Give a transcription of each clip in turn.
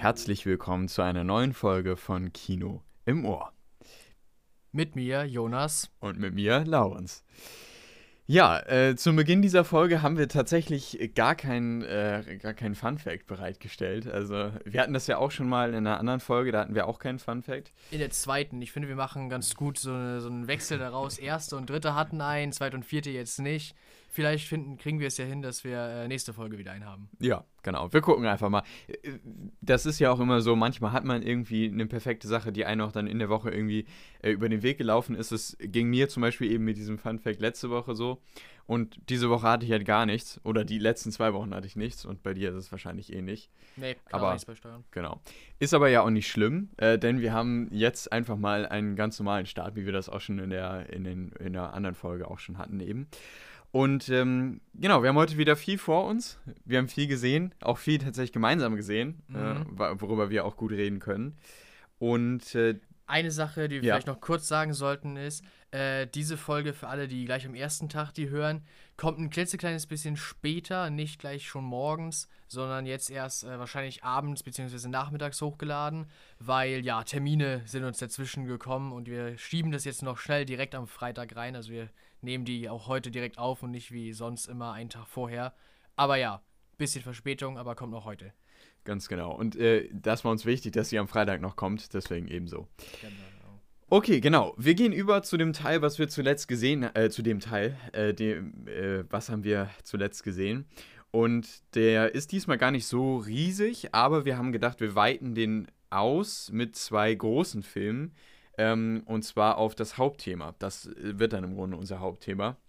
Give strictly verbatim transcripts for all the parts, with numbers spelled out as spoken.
herzlich willkommen zu einer neuen Folge von Kino im Ohr. Mit mir, Jonas. Und mit mir, Laurens. Ja, äh, zum Beginn dieser Folge haben wir tatsächlich gar keinen äh, gar kein Fun-Fact bereitgestellt. Also, wir hatten das ja auch schon mal in einer anderen Folge, da hatten wir auch keinen Fun-Fact. In der zweiten. Ich finde, wir machen ganz gut so, eine, so einen Wechsel daraus. Erste und dritte hatten einen, zweite und vierte jetzt nicht. Vielleicht finden, kriegen wir es ja hin, dass wir äh, nächste Folge wieder einen haben. Ja, genau. Wir gucken einfach mal. Das ist ja auch immer so, manchmal hat man irgendwie eine perfekte Sache, die einem auch dann in der Woche irgendwie äh, über den Weg gelaufen ist. Es ging mir zum Beispiel eben mit diesem Fun-Fact letzte Woche so. Und diese Woche hatte ich halt gar nichts. Oder die letzten zwei Wochen hatte ich nichts. Und bei dir ist es wahrscheinlich ähnlich. Nee, klar, aber nichts bei Steuern. Genau. Ist aber ja auch nicht schlimm, äh, denn wir haben jetzt einfach mal einen ganz normalen Start, wie wir das auch schon in der, in den, in der anderen Folge auch schon hatten eben. Und ähm, genau, wir haben heute wieder viel vor uns. Wir haben viel gesehen, auch viel tatsächlich gemeinsam gesehen, Mhm. äh, worüber wir auch gut reden können. Und äh, Eine Sache, die wir Ja. vielleicht noch kurz sagen sollten, ist, äh, diese Folge für alle, die gleich am ersten Tag die hören, kommt ein klitzekleines bisschen später, nicht gleich schon morgens, sondern jetzt erst äh, wahrscheinlich abends bzw. nachmittags hochgeladen, weil ja, Termine sind uns dazwischen gekommen und wir schieben das jetzt noch schnell direkt am Freitag rein. Also wir nehmen die auch heute direkt auf und nicht wie sonst immer einen Tag vorher. Aber ja, bisschen Verspätung, aber kommt noch heute. ganz genau. Und äh, das war uns wichtig, dass sie am Freitag noch kommt, deswegen ebenso. Genau. Okay, genau. Wir gehen über zu dem Teil, was wir zuletzt gesehen, äh, zu dem Teil, äh, dem, äh, was haben wir zuletzt gesehen. Und der ist diesmal gar nicht so riesig, aber wir haben gedacht, wir weiten den aus mit zwei großen Filmen. Ähm, und zwar auf das Hauptthema. Das äh, wird dann im Grunde unser Hauptthema.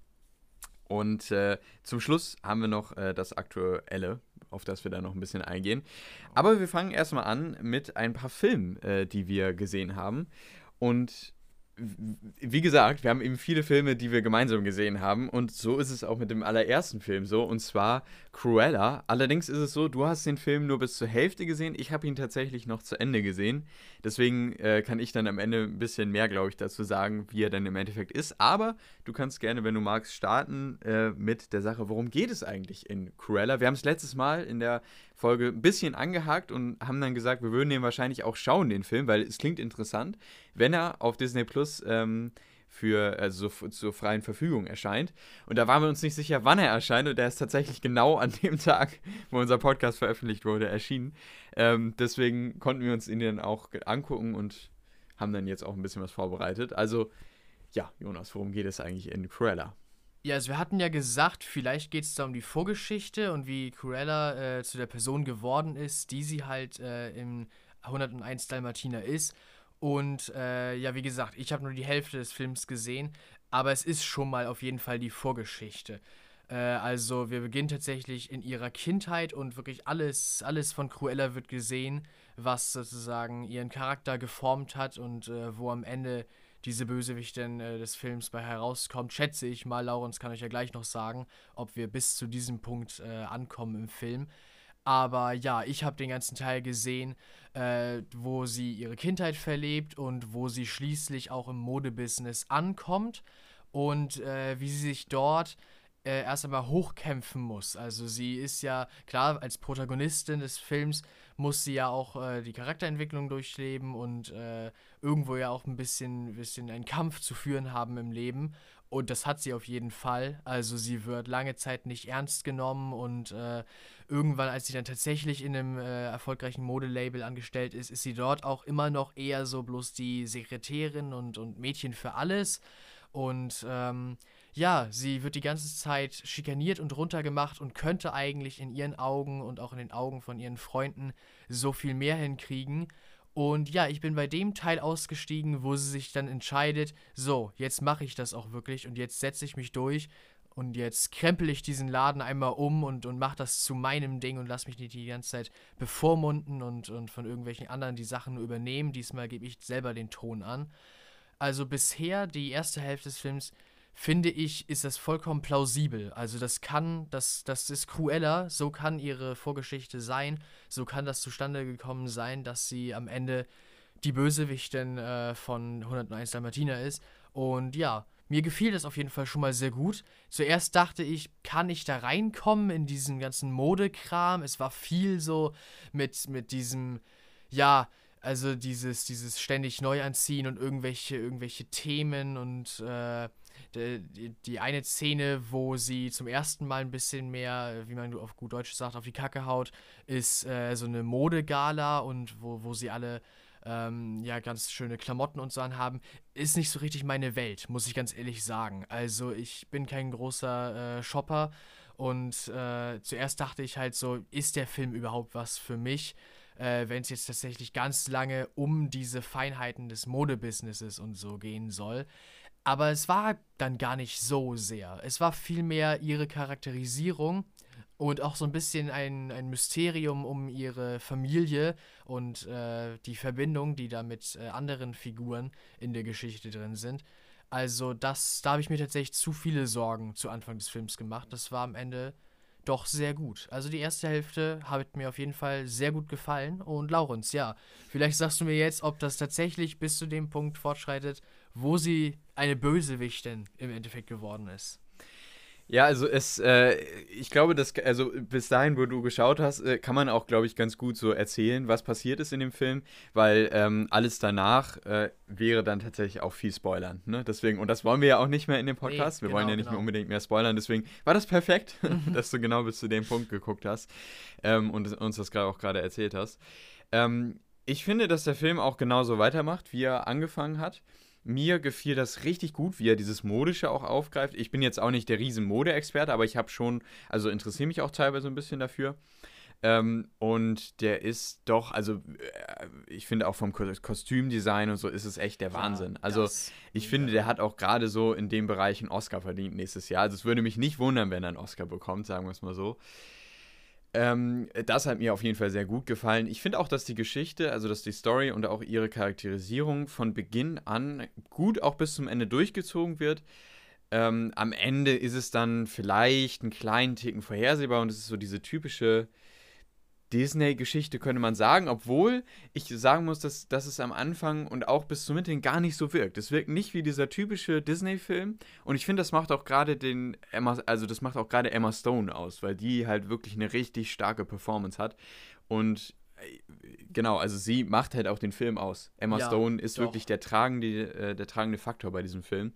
Und äh, zum Schluss haben wir noch äh, das Aktuelle, auf das wir dann noch ein bisschen eingehen. Aber wir fangen erstmal an mit ein paar Filmen, äh, die wir gesehen haben. Und w- wie gesagt, wir haben eben viele Filme, die wir gemeinsam gesehen haben. Und so ist es auch mit dem allerersten Film so. Und zwar Cruella. Allerdings ist es so, du hast den Film nur bis zur Hälfte gesehen. Ich habe ihn tatsächlich noch zu Ende gesehen. Deswegen äh, kann ich dann am Ende ein bisschen mehr, glaube ich, dazu sagen, wie er dann im Endeffekt ist. Aber du kannst gerne, wenn du magst, starten äh, mit der Sache, worum geht es eigentlich in Cruella. Wir haben es letztes Mal in der Folge ein bisschen angehakt und haben dann gesagt, wir würden den wahrscheinlich auch schauen, den Film, weil es klingt interessant, wenn er auf Disney Plus ähm, für, also so, zur freien Verfügung erscheint. Und da waren wir uns nicht sicher, wann er erscheint. Und der ist tatsächlich genau an dem Tag, wo unser Podcast veröffentlicht wurde, erschienen. Ähm, deswegen konnten wir uns ihn dann auch angucken und haben dann jetzt auch ein bisschen was vorbereitet. Also, ja, Jonas, worum geht es eigentlich in Cruella? Ja, also wir hatten ja gesagt, vielleicht geht es da um die Vorgeschichte und wie Cruella äh, zu der Person geworden ist, die sie halt äh, im hunderteins Dalmatiner ist. Und äh, ja, wie gesagt, ich habe nur die Hälfte des Films gesehen, aber es ist schon mal auf jeden Fall die Vorgeschichte. Äh, also wir beginnen tatsächlich in ihrer Kindheit und wirklich alles, alles von Cruella wird gesehen, was sozusagen ihren Charakter geformt hat und äh, wo am Ende diese Bösewichtin äh, des Films bei herauskommt, schätze ich mal. Laurens kann euch ja gleich noch sagen, ob wir bis zu diesem Punkt äh, ankommen im Film. Aber ja, ich habe den ganzen Teil gesehen, äh, wo sie ihre Kindheit verlebt und wo sie schließlich auch im Modebusiness ankommt und äh, wie sie sich dort äh, erst einmal hochkämpfen muss. Also sie ist ja, klar, als Protagonistin des Films muss sie ja auch äh, die Charakterentwicklung durchleben und äh, irgendwo ja auch ein bisschen, bisschen einen Kampf zu führen haben im Leben. Und das hat sie auf jeden Fall. Also sie wird lange Zeit nicht ernst genommen und äh, irgendwann, als sie dann tatsächlich in einem äh, erfolgreichen Modelabel angestellt ist, ist sie dort auch immer noch eher so bloß die Sekretärin und, und Mädchen für alles. Und ähm, ja, sie wird die ganze Zeit schikaniert und runtergemacht und könnte eigentlich in ihren Augen und auch in den Augen von ihren Freunden so viel mehr hinkriegen. Und ja, ich bin bei dem Teil ausgestiegen, wo sie sich dann entscheidet, so, jetzt mache ich das auch wirklich und jetzt setze ich mich durch und jetzt krempel ich diesen Laden einmal um und, und mache das zu meinem Ding und lass mich nicht die ganze Zeit bevormunden und, und von irgendwelchen anderen die Sachen nur übernehmen. Diesmal gebe ich selber den Ton an. Also bisher, die erste Hälfte des Films, finde ich, ist das vollkommen plausibel. Also das kann, das, das ist Cruella, so kann ihre Vorgeschichte sein, so kann das zustande gekommen sein, dass sie am Ende die Bösewichtin äh, von hunderteins Dalmatiner ist. Und ja, mir gefiel das auf jeden Fall schon mal sehr gut. Zuerst dachte ich, kann ich da reinkommen in diesen ganzen Modekram? Es war viel so mit, mit diesem ja, also dieses, dieses ständig Neuanziehen und irgendwelche, irgendwelche Themen und äh, die, die eine Szene, wo sie zum ersten Mal ein bisschen mehr, wie man auf gut Deutsch sagt, auf die Kacke haut, ist äh, so eine Modegala und wo, wo sie alle ähm, ja ganz schöne Klamotten und so anhaben, ist nicht so richtig meine Welt, muss ich ganz ehrlich sagen. Also ich bin kein großer äh, Shopper und äh, zuerst dachte ich halt so, ist der Film überhaupt was für mich? Äh, wenn es jetzt tatsächlich ganz lange um diese Feinheiten des Modebusinesses und so gehen soll. Aber es war dann gar nicht so sehr. Es war vielmehr ihre Charakterisierung und auch so ein bisschen ein, ein Mysterium um ihre Familie und äh, die Verbindung, die da mit äh, anderen Figuren in der Geschichte drin sind. Also das, da habe ich mir tatsächlich zu viele Sorgen zu Anfang des Films gemacht. Das war am Ende doch sehr gut. Also die erste Hälfte hat mir auf jeden Fall sehr gut gefallen. Und Laurens, ja, vielleicht sagst du mir jetzt, ob das tatsächlich bis zu dem Punkt fortschreitet, wo sie eine Bösewichtin im Endeffekt geworden ist. Ja, also es, äh, ich glaube, dass, also bis dahin, wo du geschaut hast, äh, kann man auch, glaube ich, ganz gut so erzählen, was passiert ist in dem Film, weil ähm, alles danach äh, wäre dann tatsächlich auch viel Spoilern, ne? Deswegen, und das wollen wir ja auch nicht mehr in dem Nee, Podcast, wir wollen genau, ja nicht genau. mehr unbedingt mehr spoilern, deswegen war das perfekt, dass du genau bis zu dem Punkt geguckt hast ähm, und uns das gerade auch gerade erzählt hast. Ähm, ich finde, dass der Film auch genauso weitermacht, wie er angefangen hat. Mir gefiel das richtig gut, wie er dieses Modische auch aufgreift. Ich bin jetzt auch nicht der riesen Mode-Experte, aber ich habe schon, also interessiere mich auch teilweise ein bisschen dafür. Ähm, und der ist doch, also äh, ich finde auch vom Ko Kostümdesign und so ist es echt der Ja, Wahnsinn. Also das ich finde, mega. der hat auch gerade so in dem Bereich einen Oscar verdient nächstes Jahr. Also es würde mich nicht wundern, wenn er einen Oscar bekommt, sagen wir es mal so. Ähm, das hat mir auf jeden Fall sehr gut gefallen. Ich finde auch, dass die Geschichte, also dass die Story und auch ihre Charakterisierung von Beginn an gut auch bis zum Ende durchgezogen wird. Ähm, am Ende ist es dann vielleicht einen kleinen Ticken vorhersehbar und es ist so diese typische Disney-Geschichte, könnte man sagen, obwohl ich sagen muss, dass, dass es am Anfang und auch bis zum Mitte gar nicht so wirkt. Es wirkt nicht wie dieser typische Disney-Film und ich finde, das macht auch gerade den Emma, also das macht auch gerade Emma Stone aus, weil die halt wirklich eine richtig starke Performance hat und äh, genau, also sie macht halt auch den Film aus. Emma Ja, Stone ist wirklich doch. der tragende, äh, der tragende Faktor bei diesem Film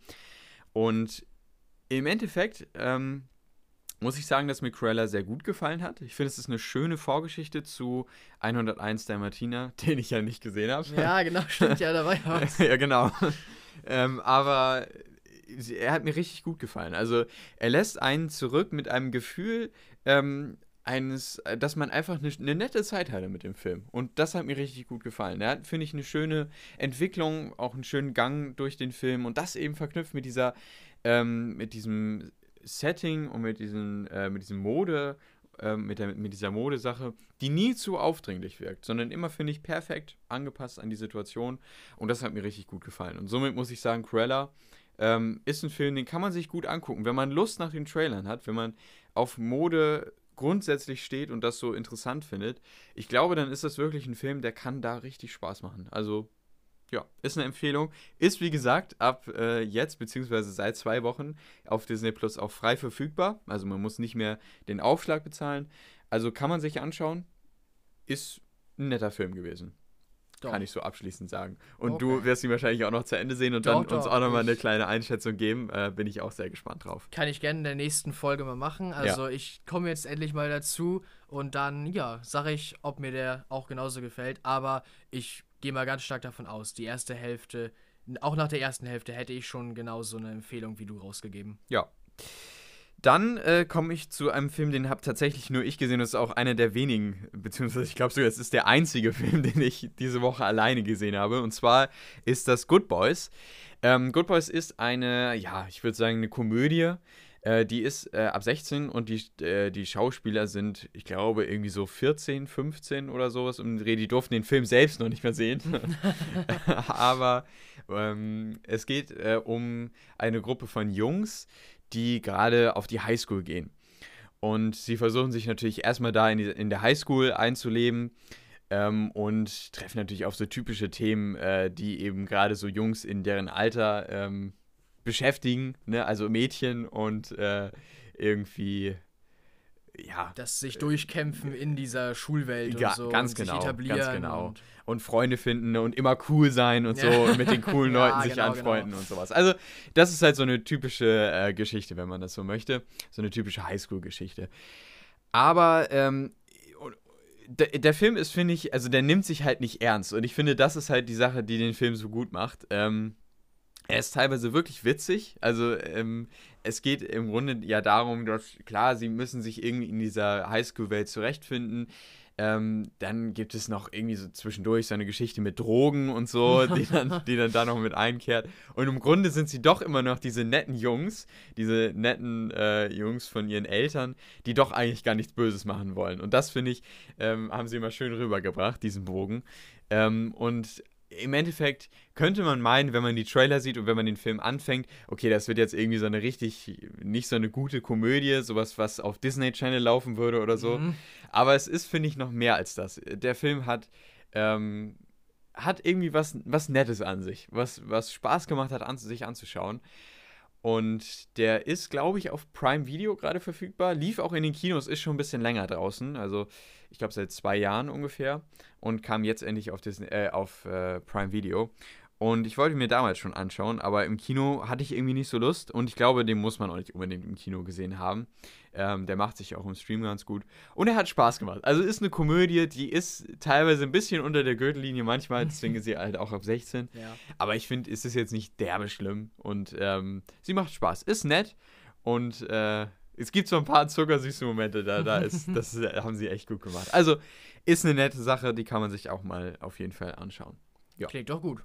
und im Endeffekt ähm, muss ich sagen, dass mir Cruella sehr gut gefallen hat. Ich finde, es ist eine schöne Vorgeschichte zu hunderteins Dalmatiner, den ich ja nicht gesehen habe. Ja, genau, stimmt ja, da war ja was. Ja, genau. Ähm, aber er hat mir richtig gut gefallen. Also er lässt einen zurück mit einem Gefühl ähm, eines, dass man einfach eine, eine nette Zeit hatte mit dem Film. Und das hat mir richtig gut gefallen. Er hat, finde ich, eine schöne Entwicklung, auch einen schönen Gang durch den Film und das eben verknüpft mit dieser, ähm, mit diesem Setting und mit diesem, äh, mit diesem Mode, äh, mit, der, mit dieser Modesache, die nie zu aufdringlich wirkt, sondern immer, finde ich, perfekt angepasst an die Situation. Und das hat mir richtig gut gefallen. Und somit muss ich sagen, Cruella ähm, ist ein Film, den kann man sich gut angucken. Wenn man Lust nach den Trailern hat, wenn man auf Mode grundsätzlich steht und das so interessant findet, ich glaube, dann ist das wirklich ein Film, der kann da richtig Spaß machen. Also ja, ist eine Empfehlung. Ist wie gesagt ab äh, jetzt, beziehungsweise seit zwei Wochen auf Disney Plus auch frei verfügbar. Also man muss nicht mehr den Aufschlag bezahlen. Also kann man sich anschauen. Ist ein netter Film gewesen. Kann ich Doch. so abschließend sagen. Und du Okay. wirst ihn wahrscheinlich auch noch zu Ende sehen und Doch, dann uns auch doch. nochmal eine Ich kleine Einschätzung geben. Äh, bin ich auch sehr gespannt drauf. kann ich gerne in der nächsten Folge mal machen. Ja, Also ich komme jetzt endlich mal dazu und dann, ja, sage ich, ob mir der auch genauso gefällt. Aber ich gehe mal ganz stark davon aus, die erste Hälfte, auch nach der ersten Hälfte hätte ich schon genauso eine Empfehlung wie du rausgegeben. ja. Dann äh, komme ich zu einem Film, den habe tatsächlich nur ich gesehen. Das ist auch einer der wenigen, beziehungsweise ich glaube sogar, es ist der einzige Film, den ich diese Woche alleine gesehen habe. Und zwar ist das Good Boys. Ähm, Good Boys ist eine, ja, ich würde sagen, eine Komödie. Äh, die ist äh, ab sechzehn und die, äh, die Schauspieler sind, ich glaube, irgendwie so vierzehn, fünfzehn oder sowas um den Dreh. Die durften den Film selbst noch nicht mehr sehen. Aber ähm, es geht äh, um eine Gruppe von Jungs, die gerade auf die Highschool gehen. Und sie versuchen sich natürlich erstmal da in, die, in der Highschool einzuleben ähm, und treffen natürlich auf so typische Themen, äh, die eben gerade so Jungs in deren Alter ähm, beschäftigen, ne? Also Mädchen und äh, irgendwie ja. Das sich durchkämpfen in dieser Schulwelt Ga und so. ganz und genau, sich etablieren. ganz genau. Und, und Freunde finden und immer cool sein und so Ja. und mit den coolen Ja, Leuten sich genau, anfreunden genau. und sowas. Also das ist halt so eine typische äh, Geschichte, wenn man das so möchte. So eine typische Highschool-Geschichte. Aber ähm, der, der Film ist, finde ich, also der nimmt sich halt nicht ernst. Und ich finde, das ist halt die Sache, die den Film so gut macht. Ähm, er ist teilweise wirklich witzig. Also ähm, es geht im Grunde ja darum, dass, klar, sie müssen sich irgendwie in dieser Highschool-Welt zurechtfinden. Ähm, dann gibt es noch irgendwie so zwischendurch so eine Geschichte mit Drogen und so, die dann, die dann da noch mit einkehrt. Und im Grunde sind sie doch immer noch diese netten Jungs, diese netten äh, Jungs von ihren Eltern, die doch eigentlich gar nichts Böses machen wollen. Und das, finde ich, ähm, haben sie immer schön rübergebracht, diesen Bogen. Ähm, und im Endeffekt könnte man meinen, wenn man die Trailer sieht und wenn man den Film anfängt, okay, das wird jetzt irgendwie so eine richtig, nicht so eine gute Komödie, sowas, was auf Disney Channel laufen würde oder so. Mhm. Aber es ist, finde ich, noch mehr als das. Der Film hat, ähm, hat irgendwie was, was Nettes an sich, was, was Spaß gemacht hat, an, sich anzuschauen. Und der ist, glaube ich, auf Prime Video gerade verfügbar. Lief auch in den Kinos, ist schon ein bisschen länger draußen. Also, ich glaube, seit zwei Jahren ungefähr. Und kam jetzt endlich auf, Disney, äh, auf äh, Prime Video. Und ich wollte mir damals schon anschauen, aber im Kino hatte ich irgendwie nicht so Lust. Und ich glaube, den muss man auch nicht unbedingt im Kino gesehen haben. Ähm, der macht sich auch im Stream ganz gut. Und er hat Spaß gemacht. Also ist eine Komödie, die ist teilweise ein bisschen unter der Gürtellinie manchmal. Deswegen ist sie halt auch ab sechzehn. Ja. Aber ich finde, es ist jetzt nicht derbe schlimm. Und ähm, sie macht Spaß. Ist nett. Und äh, es gibt so ein paar zuckersüße Momente. Da, da ist, das ist, haben sie echt gut gemacht. Also ist eine nette Sache. Die kann man sich auch mal auf jeden Fall anschauen. Ja. Klingt doch gut.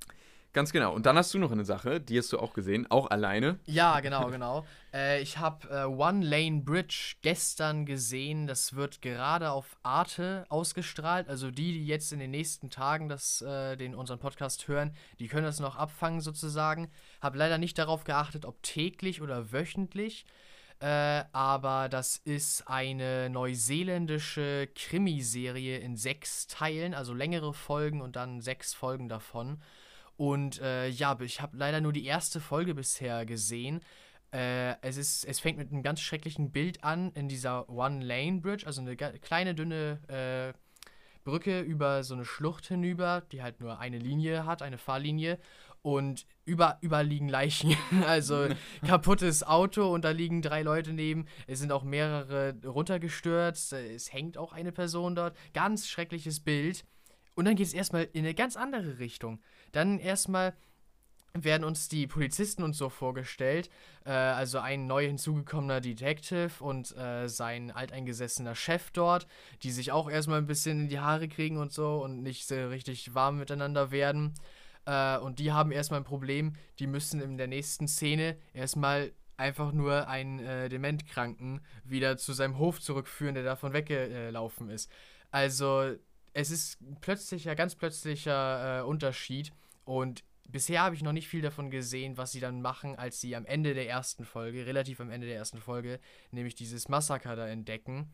Ganz genau. Und dann hast du noch eine Sache, die hast du auch gesehen, auch alleine. Ja, genau, genau. Äh, ich habe äh, One Lane Bridge gestern gesehen. Das wird gerade auf Arte ausgestrahlt. Also die, die jetzt in den nächsten Tagen das, äh, den, unseren Podcast hören, die können das noch abfangen sozusagen. Habe leider nicht darauf geachtet, ob täglich oder wöchentlich. Äh, aber das ist eine neuseeländische Krimiserie in sechs Teilen, also längere Folgen und dann sechs Folgen davon. Und äh, ja, ich habe leider nur die erste Folge bisher gesehen. Äh, es, ist, es fängt mit einem ganz schrecklichen Bild an in dieser One-Lane-Bridge, also eine ga- kleine, dünne äh, Brücke über so eine Schlucht hinüber, die halt nur eine Linie hat, eine Fahrlinie. Und über, überall liegen Leichen. Also kaputtes Auto und da liegen drei Leute neben. Es sind auch mehrere runtergestürzt. Es hängt auch eine Person dort. Ganz schreckliches Bild. Und dann geht es erstmal in eine ganz andere Richtung. Dann erstmal werden uns die Polizisten und so vorgestellt. Äh, also ein neu hinzugekommener Detective und äh, sein alteingesessener Chef dort, die sich auch erstmal ein bisschen in die Haare kriegen und so und nicht so richtig warm miteinander werden. Äh, und die haben erstmal ein Problem. Die müssen in der nächsten Szene erstmal einfach nur einen äh, Dementkranken wieder zu seinem Hof zurückführen, der davon weggelaufen ist. Also es ist ein plötzlicher, ganz plötzlicher äh, Unterschied und bisher habe ich noch nicht viel davon gesehen, was sie dann machen, als sie am Ende der ersten Folge, relativ am Ende der ersten Folge, nämlich dieses Massaker da entdecken.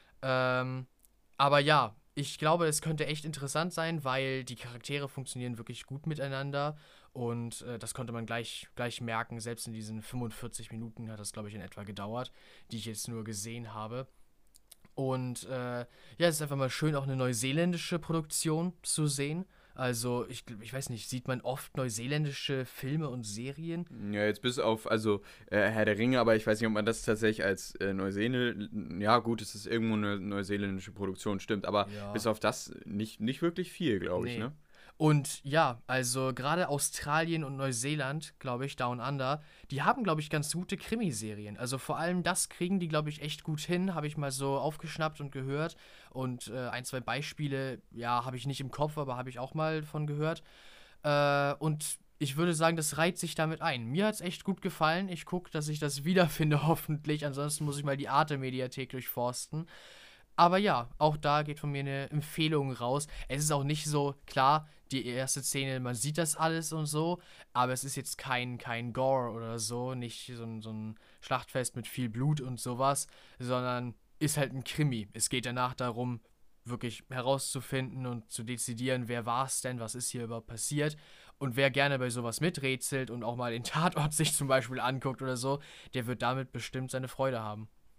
Ähm, aber ja, ich glaube, es könnte echt interessant sein, weil die Charaktere funktionieren wirklich gut miteinander und äh, das konnte man gleich, gleich merken. Selbst in diesen fünfundvierzig Minuten hat das, glaube ich, in etwa gedauert, die ich jetzt nur gesehen habe. Und äh, ja, es ist einfach mal schön, auch eine neuseeländische Produktion zu sehen. Also, ich, gl- ich weiß nicht, sieht man oft neuseeländische Filme und Serien? Ja, jetzt bis auf, also äh, Herr der Ringe, aber ich weiß nicht, ob man das tatsächlich als äh, Neuseeländ, ja gut, es ist irgendwo eine neuseeländische Produktion, stimmt, aber Ja. bis auf das nicht, nicht wirklich viel, glaube ich, Nee. ne? Und ja, also gerade Australien und Neuseeland, glaube ich, Down Under, die haben, glaube ich, ganz gute Krimiserien. Also vor allem das kriegen die, glaube ich, echt gut hin, habe ich mal so aufgeschnappt und gehört. Und äh, ein, zwei Beispiele, ja, habe ich nicht im Kopf, aber habe ich auch mal von gehört. Äh, und ich würde sagen, das reiht sich damit ein. Mir hat es echt gut gefallen. Ich gucke, dass ich das wiederfinde, hoffentlich. Ansonsten muss ich mal die Arte-Mediathek durchforsten. Aber ja, auch da geht von mir eine Empfehlung raus. Es ist auch nicht so, klar, die erste Szene, man sieht das alles und so, aber es ist jetzt kein, kein Gore oder so, nicht so ein, so ein Schlachtfest mit viel Blut und sowas, sondern ist halt ein Krimi. Es geht danach darum, wirklich herauszufinden und zu dezidieren, wer war es denn, was ist hier überhaupt passiert. Und wer gerne bei sowas miträtselt und auch mal den Tatort sich zum Beispiel anguckt oder so, der wird damit bestimmt seine Freude haben.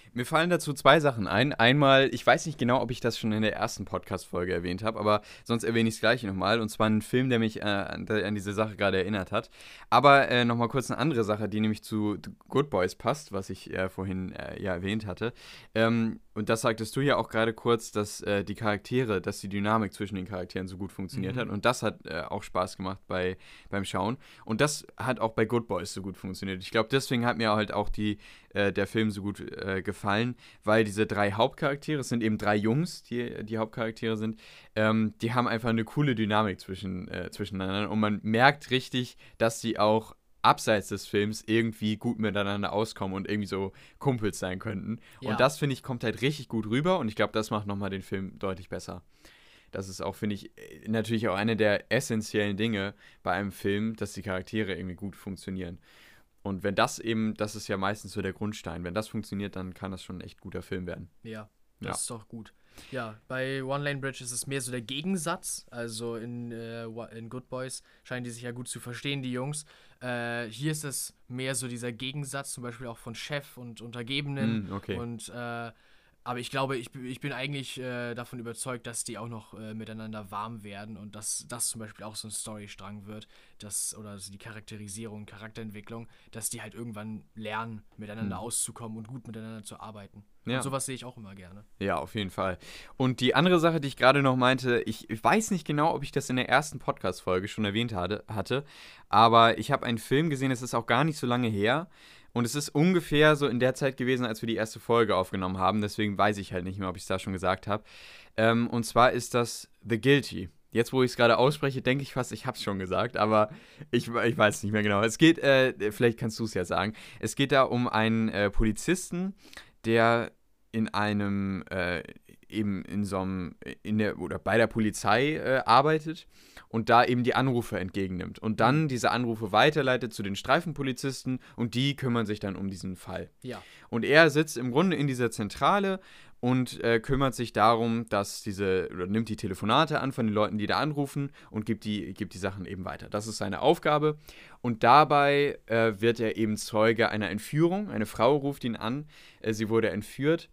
Mir fallen dazu zwei Sachen ein. Einmal, ich weiß nicht genau, ob ich das schon in der ersten Podcast-Folge erwähnt habe, aber sonst erwähne ich es gleich nochmal. Und zwar ein Film, der mich äh, an, an diese Sache gerade erinnert hat. Aber äh, nochmal kurz eine andere Sache, die nämlich zu The Good Boys passt, was ich äh, vorhin äh, ja erwähnt hatte. Ähm, und das sagtest du ja auch gerade kurz, dass äh, die Charaktere, dass die Dynamik zwischen den Charakteren so gut funktioniert Mhm. hat. Und das hat äh, auch Spaß gemacht bei, beim Schauen. Und das hat auch bei Good Boys so gut funktioniert. Ich glaube, deswegen hat mir halt auch die, äh, der Film so gut äh, gefallen, weil diese drei Hauptcharaktere, es sind eben drei Jungs, die die Hauptcharaktere sind, ähm, die haben einfach eine coole Dynamik zwischen, äh, zwischeneinander. Und man merkt richtig, dass sie auch abseits des Films irgendwie gut miteinander auskommen und irgendwie so Kumpels sein könnten. Ja. Und das, finde ich, kommt halt richtig gut rüber und ich glaube, das macht nochmal den Film deutlich besser. Das ist auch, finde ich, äh, natürlich auch eine der essentiellen Dinge bei einem Film, dass die Charaktere irgendwie gut funktionieren. Und wenn das eben, das ist ja meistens so der Grundstein, wenn das funktioniert, dann kann das schon ein echt guter Film werden. Ja, das Ja. ist doch gut. Ja, bei One Lane Bridge ist es mehr so der Gegensatz. Also in, äh, Wa- in Good Boys scheinen die sich ja gut zu verstehen, die Jungs. Äh, hier ist es mehr so dieser Gegensatz, zum Beispiel auch von Chef und Untergebenen. Mm, okay. Und äh, aber ich glaube, ich, b- ich bin eigentlich äh, davon überzeugt, dass die auch noch äh, miteinander warm werden und dass das zum Beispiel auch so ein Storystrang wird, dass, oder so die Charakterisierung, Charakterentwicklung, dass die halt irgendwann lernen, miteinander Hm. auszukommen und gut miteinander zu arbeiten. Ja. Und sowas sehe ich auch immer gerne. Ja, auf jeden Fall. Und die andere Sache, die ich gerade noch meinte, ich, ich weiß nicht genau, ob ich das in der ersten Podcast-Folge schon erwähnt hatte, hatte aber ich habe einen Film gesehen, es ist auch gar nicht so lange her. Und es ist ungefähr so in der Zeit gewesen, als wir die erste Folge aufgenommen haben. Deswegen weiß ich halt nicht mehr, ob ich es da schon gesagt habe. Ähm, und zwar ist das The Guilty. Jetzt, wo ich es gerade ausspreche, denke ich fast, ich habe es schon gesagt, aber ich, ich weiß nicht mehr genau. Es geht, äh, vielleicht kannst du es ja sagen. Es geht da um einen äh, Polizisten, der in einem, äh, eben in so einem, in der, oder bei der Polizei äh, arbeitet und da eben die Anrufe entgegennimmt und dann diese Anrufe weiterleitet zu den Streifenpolizisten und die kümmern sich dann um diesen Fall. Ja. Und er sitzt im Grunde in dieser Zentrale und äh, kümmert sich darum, dass diese, oder nimmt die Telefonate an von den Leuten, die da anrufen und gibt die, gibt die Sachen eben weiter. Das ist seine Aufgabe. Und dabei äh, wird er eben Zeuge einer Entführung. Eine Frau ruft ihn an, äh, sie wurde entführt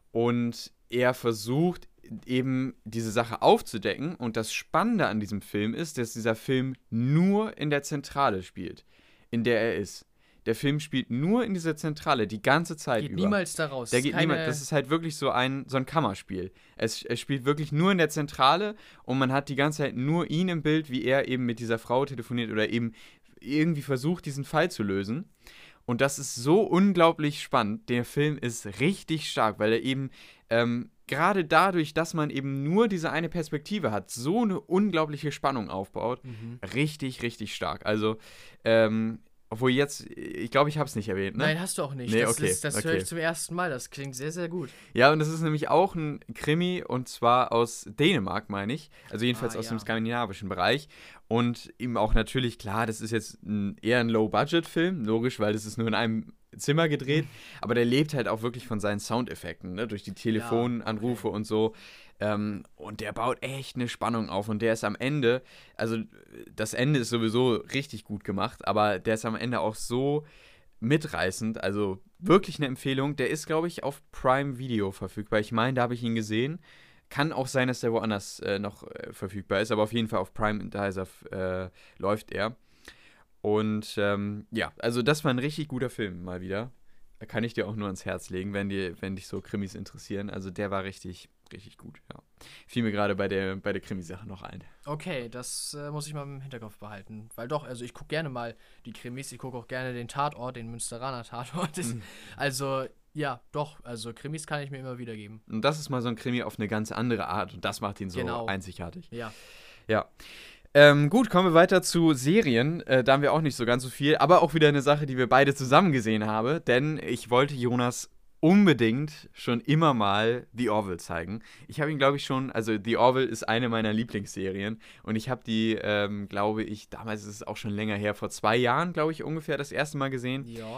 und er versucht eben diese Sache aufzudecken. Und das Spannende an diesem Film ist, dass dieser Film nur in der Zentrale spielt, in der er ist. Der Film spielt nur in dieser Zentrale die ganze Zeit Geht über. niemals da raus. Der geht Keine- niemals. Das ist halt wirklich so ein, so ein Kammerspiel. Es, es spielt wirklich nur in der Zentrale und man hat die ganze Zeit nur ihn im Bild, wie er eben mit dieser Frau telefoniert oder eben irgendwie versucht, diesen Fall zu lösen. Und das ist so unglaublich spannend. Der Film ist richtig stark, weil er eben ähm, gerade dadurch, dass man eben nur diese eine Perspektive hat, so eine unglaubliche Spannung aufbaut. Mhm. Richtig, richtig stark. Also, ähm, obwohl jetzt, ich glaube, ich habe es nicht erwähnt, ne? Nein, hast du auch nicht. Nee, das okay, ist, das höre okay. ich zum ersten Mal. Das klingt sehr, sehr gut. Ja, und das ist nämlich auch ein Krimi und zwar aus Dänemark, meine ich. Also jedenfalls Ah, aus ja. dem skandinavischen Bereich. Und eben auch natürlich, klar, das ist jetzt ein, eher ein Low-Budget-Film, logisch, weil das ist nur in einem Zimmer gedreht. Aber der lebt halt auch wirklich von seinen Soundeffekten, ne? Durch die Telefonanrufe und so. Ähm, und der baut echt eine Spannung auf und der ist am Ende, also das Ende ist sowieso richtig gut gemacht, aber der ist am Ende auch so mitreißend, also wirklich eine Empfehlung. Der ist, glaube ich, auf Prime Video verfügbar. Ich meine, da habe ich ihn gesehen. Kann auch sein, dass der woanders äh, noch äh, verfügbar ist, aber auf jeden Fall auf Prime, da ist er, äh, läuft er. Und ähm, ja, also das war ein richtig guter Film mal wieder. Da kann ich dir auch nur ans Herz legen, wenn, dir, wenn dich so Krimis interessieren. Also der war richtig, richtig gut, ja. Fiel mir gerade bei der, bei der Krimisache noch ein. Okay, das äh, muss ich mal im Hinterkopf behalten. Weil doch, also ich gucke gerne mal die Krimis. Ich gucke auch gerne den Tatort, den Münsteraner Tatort. Das, Mhm. Also, ja, doch. Also Krimis kann ich mir immer wieder geben. Und das ist mal so ein Krimi auf eine ganz andere Art und das macht ihn so Genau. einzigartig. Ja. Ja. Ähm, gut, kommen wir weiter zu Serien. Äh, da haben wir auch nicht so ganz so viel, aber auch wieder eine Sache, die wir beide zusammen gesehen haben, denn ich wollte Jonas unbedingt schon immer mal The Orville zeigen. Ich habe ihn, glaube ich, schon, also The Orville ist eine meiner Lieblingsserien und ich habe die, ähm, glaube ich, damals ist es auch schon länger her, vor zwei Jahren, glaube ich, ungefähr das erste Mal gesehen. Ja.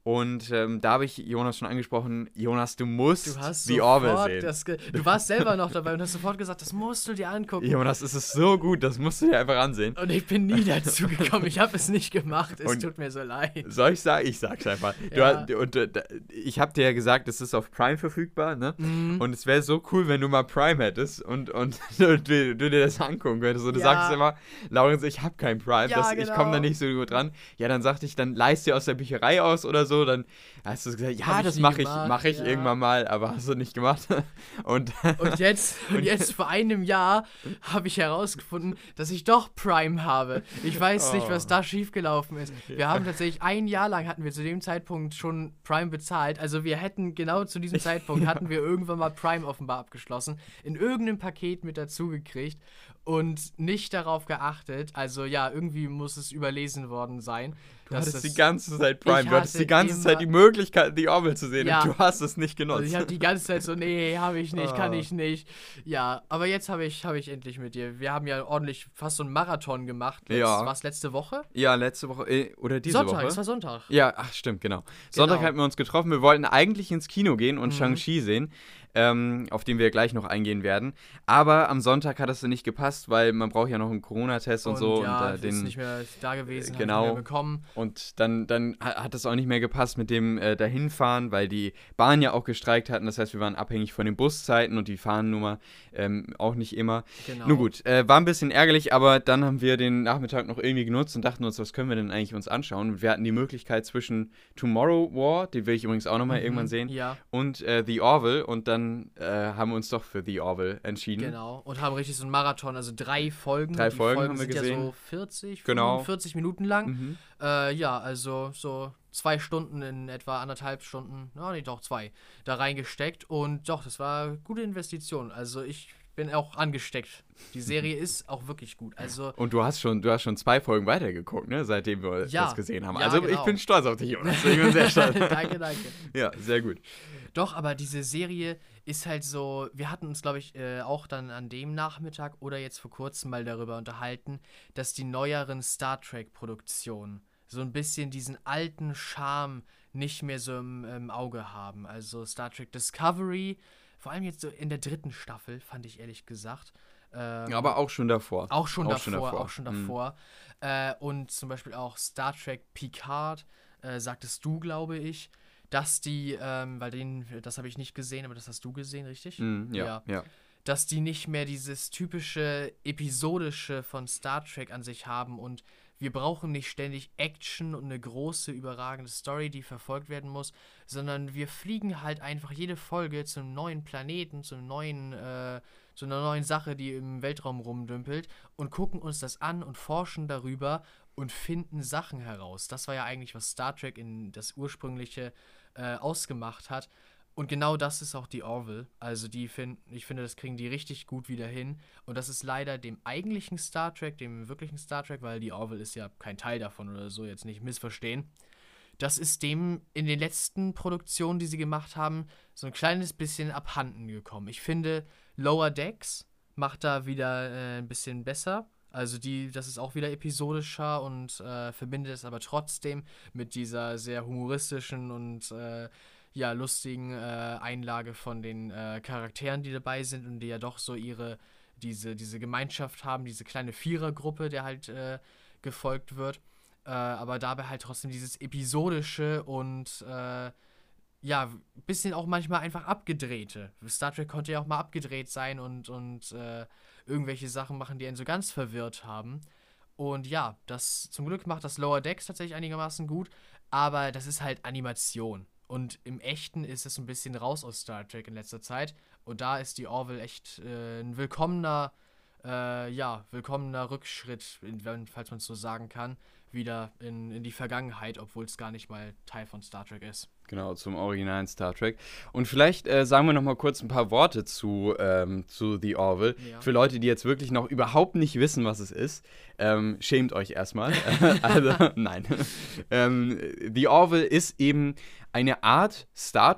Und ähm, da habe ich Jonas schon angesprochen, Jonas, du musst Du hast The Orville sofort sehen. das ge- du warst selber noch dabei und hast sofort gesagt, das musst du dir angucken. Jonas, es ist so gut, das musst du dir einfach ansehen. Und ich bin nie dazu gekommen, ich habe es nicht gemacht, es Und tut mir so leid. Soll ich sagen? Ich sag's einfach. Du Ja. hast, und, äh, ich habe dir ja gesagt, es ist auf Prime verfügbar, ne? Mhm. Und es wäre so cool, wenn du mal Prime hättest und, und du, du, du dir das angucken könntest. Und du Ja. sagst immer, Laurens, ich habe kein Prime, Ja, das, ich komme da genau. nicht so gut dran. Ja, dann sagte ich, dann leist dir aus der Bücherei aus oder so. Dann hast du gesagt, ja, Hab ich das nie mache ich, gemacht, mach ich ja. irgendwann mal, aber hast du nicht gemacht. Und, Und jetzt, und jetzt vor einem Jahr habe ich herausgefunden, dass ich doch Prime habe. Ich weiß nicht, was Oh. da schiefgelaufen ist. Wir haben tatsächlich ein Jahr lang hatten wir zu dem Zeitpunkt schon Prime bezahlt. Also wir hätten genau zu diesem Zeitpunkt hatten wir irgendwann mal Prime offenbar abgeschlossen, in irgendeinem Paket mit dazu gekriegt und nicht darauf geachtet. Also ja, irgendwie muss es überlesen worden sein. du dass hattest das- die ganze Zeit Prime. Ich Du hattest hatte die ganze immer- Zeit die Möglichkeit, The Orville zu sehen Ja. und du hast es nicht genutzt. Also ich habe die ganze Zeit so, nee, habe ich nicht, kann Ah. ich nicht. Ja, aber jetzt habe ich, hab ich endlich mit dir. Wir haben ja ordentlich fast so einen Marathon gemacht. Letz, Ja. Was, letzte Woche? ja, letzte Woche, äh, oder diese Sonntag, Woche. es war Sonntag. Ja, ach stimmt, genau. Sonntag hatten wir uns getroffen. Wir wollten eigentlich ins Kino gehen und Mhm. Shang-Chi sehen, ähm, auf den wir gleich noch eingehen werden. Aber am Sonntag hat es nicht gepasst, weil man braucht ja noch einen Corona-Test und, so. Ja, und, äh, ist den, nicht mehr da gewesen, äh, hat genau. nicht mehr bekommen. und dann, dann ha- hat es auch nicht mehr gepasst mit dem äh, Dahinfahren, weil die Bahn ja auch gestreikt hatten. Das heißt, wir waren abhängig von den Buszeiten und die fahren nun mal ähm, auch nicht immer. Genau. Nun gut, äh, war ein bisschen ärgerlich, aber dann haben wir den Nachmittag noch irgendwie genutzt und dachten uns, was können wir denn eigentlich uns anschauen? Und wir hatten die Möglichkeit zwischen Tomorrow War, den will ich übrigens auch nochmal Mhm, irgendwann sehen, Ja, und äh, The Orville und dann äh, haben wir uns doch für The Orville entschieden. genau. Und haben richtig so einen Marathon, also drei Folgen. Drei Die Folgen Folgen haben wir sind gesehen. ja so vierzig, Genau. fünfundvierzig Minuten lang. Mhm. Äh, ja, also so zwei Stunden in etwa anderthalb Stunden, na nee, doch zwei, da reingesteckt und doch, das war eine gute Investition. Also ich bin auch angesteckt. Die Serie ist auch wirklich gut. Also Und du hast schon, du hast schon zwei Folgen weitergeguckt, ne, seitdem wir Ja. das gesehen haben. Ja, also ich genau. bin stolz auf dich, Jonas. Ich bin sehr stolz. danke, danke. Ja, sehr gut. Doch, aber diese Serie ist halt so, wir hatten uns, glaube ich, äh, auch dann an dem Nachmittag oder jetzt vor kurzem mal darüber unterhalten, dass die neueren Star Trek-Produktionen so ein bisschen diesen alten Charme nicht mehr so im, im Auge haben. Also Star Trek Discovery, vor allem jetzt so in der dritten Staffel, fand ich ehrlich gesagt. Ähm, Ja, aber auch schon davor. Auch schon Auch davor, schon davor. auch schon Mhm. davor. Äh, und zum Beispiel auch Star Trek Picard, äh, sagtest du, glaube ich, dass die, ähm, weil den, das habe ich nicht gesehen, aber das hast du gesehen, richtig? Mhm, ja, Ja. ja. Dass die nicht mehr dieses typische episodische von Star Trek an sich haben und wir brauchen nicht ständig Action und eine große, überragende Story, die verfolgt werden muss, sondern wir fliegen halt einfach jede Folge zu einem neuen Planeten, zu einem neuen, äh, zu einer neuen Sache, die im Weltraum rumdümpelt und gucken uns das an und forschen darüber und finden Sachen heraus. Das war ja eigentlich, was Star Trek in das ursprüngliche äh, ausgemacht hat. Und genau das ist auch die Orville. Also die finden, ich finde, das kriegen die richtig gut wieder hin. Und das ist leider dem eigentlichen Star Trek, dem wirklichen Star Trek, weil die Orville ist ja kein Teil davon oder so, jetzt nicht missverstehen. Das ist dem in den letzten Produktionen, die sie gemacht haben, so ein kleines bisschen abhanden gekommen. Ich finde, Lower Decks macht da wieder äh, ein bisschen besser. Also die, das ist auch wieder episodischer und äh, verbindet es aber trotzdem mit dieser sehr humoristischen und äh, ja, lustigen äh, Einlage von den äh, Charakteren, die dabei sind und die ja doch so ihre, diese, diese Gemeinschaft haben, diese kleine Vierergruppe, der halt äh, gefolgt wird. Äh, aber dabei halt trotzdem dieses episodische und äh, ja, ein bisschen auch manchmal einfach abgedrehte. Star Trek konnte ja auch mal abgedreht sein und, und äh, irgendwelche Sachen machen, die einen so ganz verwirrt haben. Und ja, das zum Glück macht das Lower Decks tatsächlich einigermaßen gut, aber das ist halt Animation. Und im Echten ist es ein bisschen raus aus Star Trek in letzter Zeit. Und da ist die Orville echt äh, ein willkommener, äh, ja, willkommener Rückschritt, wenn, falls man es so sagen kann, wieder in, in die Vergangenheit, obwohl es gar nicht mal Teil von Star Trek ist. Genau, zum originalen Star Trek. Und vielleicht äh, sagen wir noch mal kurz ein paar Worte zu, ähm, zu The Orville. Ja. Für Leute, die jetzt wirklich noch überhaupt nicht wissen, was es ist, ähm, schämt euch erstmal. also, nein. ähm, The Orville ist eben eine Art Star Trek,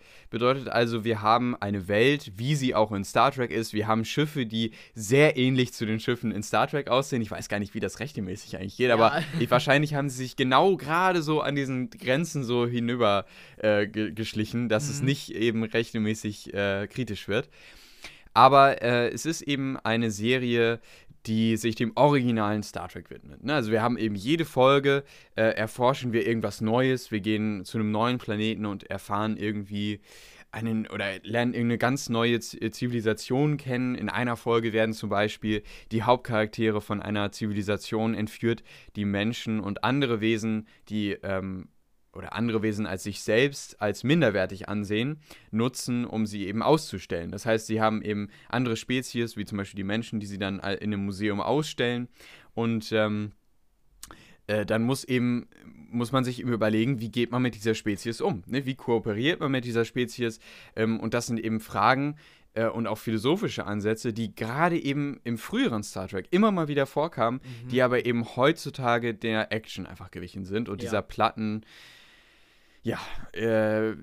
Bedeutet also, wir haben eine Welt, wie sie auch in Star Trek ist. Wir haben Schiffe, die sehr ähnlich zu den Schiffen in Star Trek aussehen. Ich weiß gar nicht, wie das rechtmäßig eigentlich geht, ja. aber ich, wahrscheinlich haben sie sich genau gerade so an diesen Grenzen so hinüber äh, ge- geschlichen, dass mhm. es nicht eben rechtmäßig äh, kritisch wird. Aber äh, es ist eben eine Serie, die sich dem originalen Star Trek widmet. Ne? Also wir haben eben jede Folge, äh, erforschen wir irgendwas Neues, wir gehen zu einem neuen Planeten und erfahren irgendwie einen oder lernen irgendeine ganz neue Z- Zivilisation kennen. In einer Folge werden zum Beispiel die Hauptcharaktere von einer Zivilisation entführt, die Menschen und andere Wesen, die ähm, oder andere Wesen als sich selbst als minderwertig ansehen, nutzen, um sie eben auszustellen. Das heißt, sie haben eben andere Spezies, wie zum Beispiel die Menschen, die sie dann in einem Museum ausstellen. Und ähm, äh, dann muss eben, muss man sich eben überlegen, wie geht man mit dieser Spezies um? Ne? Wie kooperiert man mit dieser Spezies? Ähm, und das sind eben Fragen, äh, und auch philosophische Ansätze, die gerade eben im früheren Star Trek immer mal wieder vorkamen, mhm. die aber eben heutzutage der Action einfach gewichen sind und ja. dieser platten, ja, äh,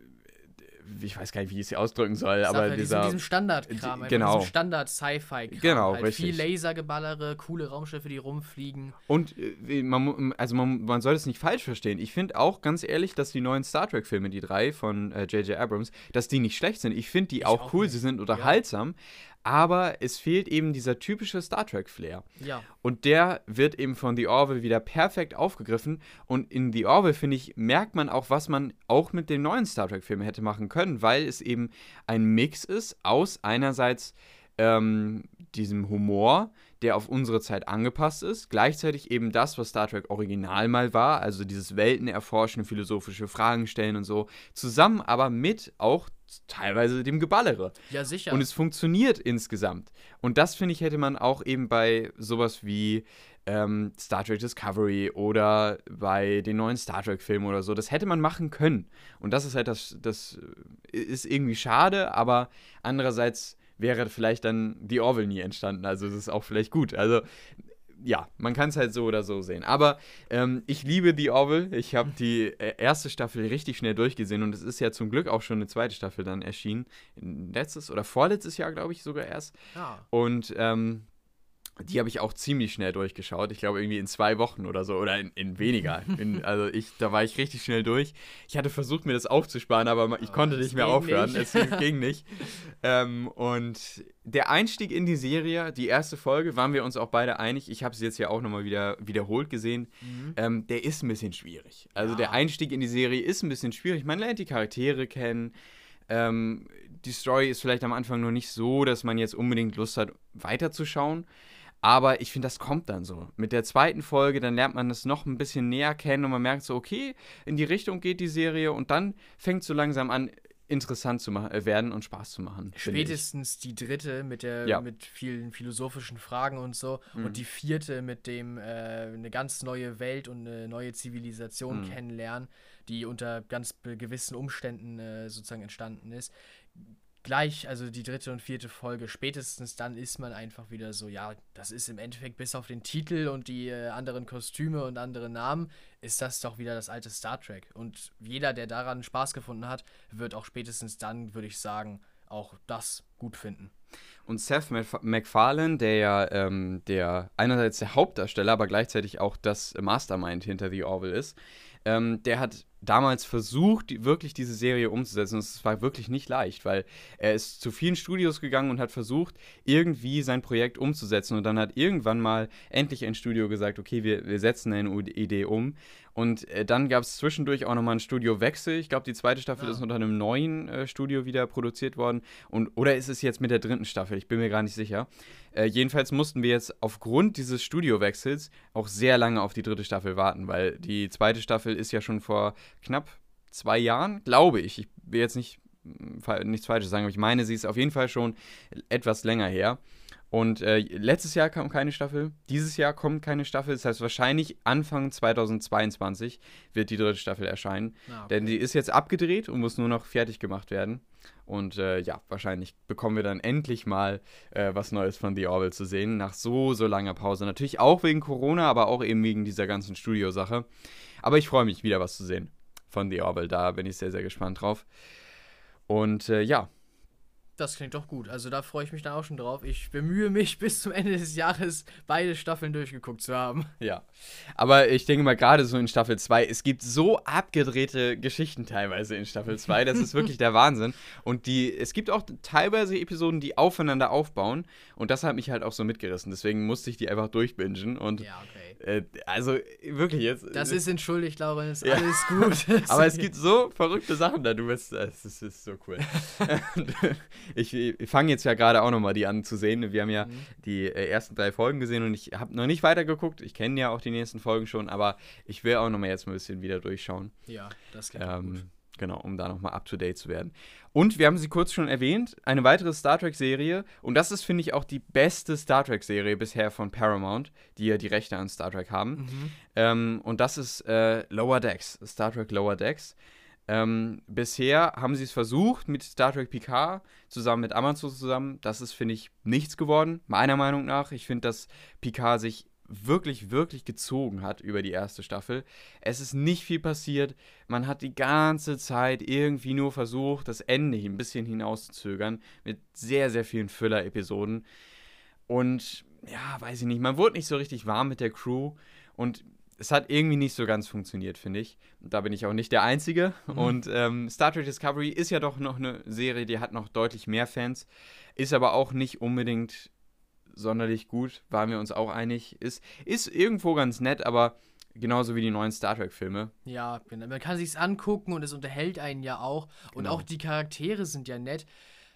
ich weiß gar nicht, wie ich es hier ausdrücken soll, Sag aber ja, dieser... Diesem Standardkram, äh, genau. diesem Standard-Sci-Fi-Kram. Genau, halt richtig. Viel Lasergeballere, coole Raumschiffe, die rumfliegen. Und äh, man, also man, man soll es nicht falsch verstehen. Ich finde auch, ganz ehrlich, dass die neuen Star Trek-Filme, die drei von äh, J J Abrams, dass die nicht schlecht sind. Ich finde die ich auch, auch cool, nicht. Sie sind unterhaltsam. Ja. Aber es fehlt eben dieser typische Star Trek-Flair. Ja. Und der wird eben von The Orville wieder perfekt aufgegriffen. Und in The Orville, finde ich, merkt man auch, was man auch mit den neuen Star Trek-Filmen hätte machen können, weil es eben ein Mix ist aus einerseits ähm, diesem Humor, der auf unsere Zeit angepasst ist, gleichzeitig eben das, was Star Trek original mal war, also dieses Welten erforschen, philosophische Fragen stellen und so, zusammen aber mit auch teilweise dem Geballere. Ja, sicher. Und es funktioniert insgesamt. Und das, finde ich, hätte man auch eben bei sowas wie ähm, Star Trek Discovery oder bei den neuen Star Trek-Filmen oder so, das hätte man machen können. Und das ist halt das, das ist irgendwie schade, aber andererseits wäre vielleicht dann The Orville nie entstanden. Also das ist auch vielleicht gut. Also ja, man kann es halt so oder so sehen. Aber ähm, ich liebe The Orville. Ich habe die äh, erste Staffel richtig schnell durchgesehen und es ist ja zum Glück auch schon eine zweite Staffel dann erschienen. Letztes oder vorletztes Jahr, glaube ich, sogar erst. Ah. Und ähm, die habe ich auch ziemlich schnell durchgeschaut. Ich glaube, irgendwie in zwei Wochen oder so. Oder in, in weniger. In, also ich, da war ich richtig schnell durch. Ich hatte versucht, mir das aufzusparen, aber ich aber konnte nicht mehr aufhören. Nicht. Es ging nicht. ähm, und der Einstieg in die Serie, die erste Folge, waren wir uns auch beide einig. Ich habe sie jetzt ja auch nochmal wieder wiederholt gesehen. Mhm. Ähm, der ist ein bisschen schwierig. Also ja. Der Einstieg in die Serie ist ein bisschen schwierig. Man lernt die Charaktere kennen. Ähm, die Story ist vielleicht am Anfang noch nicht so, dass man jetzt unbedingt Lust hat, weiterzuschauen. Aber ich finde, das kommt dann so. Mit der zweiten Folge, dann lernt man das noch ein bisschen näher kennen und man merkt so, okay, in die Richtung geht die Serie und dann fängt es so langsam an, interessant zu ma- werden und Spaß zu machen. Spätestens die dritte mit der ja. mit vielen philosophischen Fragen und so mhm. und die vierte mit dem äh, eine ganz neue Welt und eine neue Zivilisation mhm. kennenlernen, die unter ganz be- gewissen Umständen äh, sozusagen entstanden ist. Gleich, also die dritte und vierte Folge, spätestens dann ist man einfach wieder so, ja, das ist im Endeffekt bis auf den Titel und die äh, anderen Kostüme und andere Namen, ist das doch wieder das alte Star Trek. Und jeder, der daran Spaß gefunden hat, wird auch spätestens dann, würde ich sagen, auch das gut finden. Und Seth MacFarlane, der ja ähm, der einerseits der Hauptdarsteller, aber gleichzeitig auch das Mastermind hinter The Orville ist, ähm, der hat damals versucht, die, wirklich diese Serie umzusetzen. Und es war wirklich nicht leicht, weil er ist zu vielen Studios gegangen und hat versucht, irgendwie sein Projekt umzusetzen. Und dann hat irgendwann mal endlich ein Studio gesagt, okay, wir, wir setzen eine Idee um. Und äh, dann gab es zwischendurch auch nochmal einen Studiowechsel. Ich glaube, die zweite Staffel ja. ist unter einem neuen äh, Studio wieder produziert worden. Und, oder ist es jetzt mit der dritten Staffel? Ich bin mir gar nicht sicher. Äh, jedenfalls mussten wir jetzt aufgrund dieses Studiowechsels auch sehr lange auf die dritte Staffel warten, weil die zweite Staffel ist ja schon vor knapp zwei Jahren, glaube ich. Ich will jetzt nicht nichts Falsches sagen, aber ich meine, sie ist auf jeden Fall schon etwas länger her. Und äh, letztes Jahr kam keine Staffel, dieses Jahr kommt keine Staffel. Das heißt, wahrscheinlich Anfang zweitausendzweiundzwanzig wird die dritte Staffel erscheinen. Ah, okay. Denn die ist jetzt abgedreht und muss nur noch fertig gemacht werden. Und äh, ja, wahrscheinlich bekommen wir dann endlich mal äh, was Neues von The Orville zu sehen, nach so, so langer Pause. Natürlich auch wegen Corona, aber auch eben wegen dieser ganzen Studiosache. Aber ich freue mich, wieder was zu sehen von The Orville. Da bin ich sehr, sehr gespannt drauf. Und äh, ja. Das klingt doch gut. Also da freue ich mich dann auch schon drauf. Ich bemühe mich, bis zum Ende des Jahres beide Staffeln durchgeguckt zu haben. Ja. Aber ich denke mal, gerade so in Staffel zwei, es gibt so abgedrehte Geschichten teilweise in Staffel zwei. Das ist wirklich der Wahnsinn. Und die, es gibt auch teilweise Episoden, die aufeinander aufbauen. Und das hat mich halt auch so mitgerissen. Deswegen musste ich die einfach durchbingen. Und ja, okay. äh, also wirklich jetzt. Das ist entschuldigt, Laurenz. Ja. Alles gut. Aber es gibt so verrückte Sachen da. Du bist, es ist, ist so cool. Ich, ich fange jetzt ja gerade auch nochmal die an zu sehen. Wir haben ja mhm. die äh, ersten drei Folgen gesehen und ich habe noch nicht weitergeguckt. Ich kenne ja auch die nächsten Folgen schon, aber ich will auch nochmal jetzt ein bisschen wieder durchschauen. Ja, das klingt ähm, gut. Genau, um da nochmal up-to-date zu werden. Und wir haben sie kurz schon erwähnt, eine weitere Star Trek-Serie. Und das ist, finde ich, auch die beste Star Trek-Serie bisher von Paramount, die ja die Rechte an Star Trek haben. Mhm. Ähm, und das ist äh, Lower Decks, Star Trek Lower Decks. Ähm, bisher haben sie es versucht mit Star Trek Picard, zusammen mit Amazon zusammen. Das ist, finde ich, nichts geworden, meiner Meinung nach. Ich finde, dass Picard sich wirklich, wirklich gezogen hat über die erste Staffel. Es ist nicht viel passiert. Man hat die ganze Zeit irgendwie nur versucht, das Ende ein bisschen hinauszuzögern mit sehr, sehr vielen Füller-Episoden. Und ja, weiß ich nicht, man wurde nicht so richtig warm mit der Crew und es hat irgendwie nicht so ganz funktioniert, finde ich. Und da bin ich auch nicht der Einzige. Mhm. Und ähm, Star Trek Discovery ist ja doch noch eine Serie, die hat noch deutlich mehr Fans, ist aber auch nicht unbedingt sonderlich gut, waren wir uns auch einig. Ist, ist irgendwo ganz nett, aber genauso wie die neuen Star Trek-Filme. Ja, genau. Man kann sich's angucken und es unterhält einen ja auch. Und Genau. auch die Charaktere sind ja nett.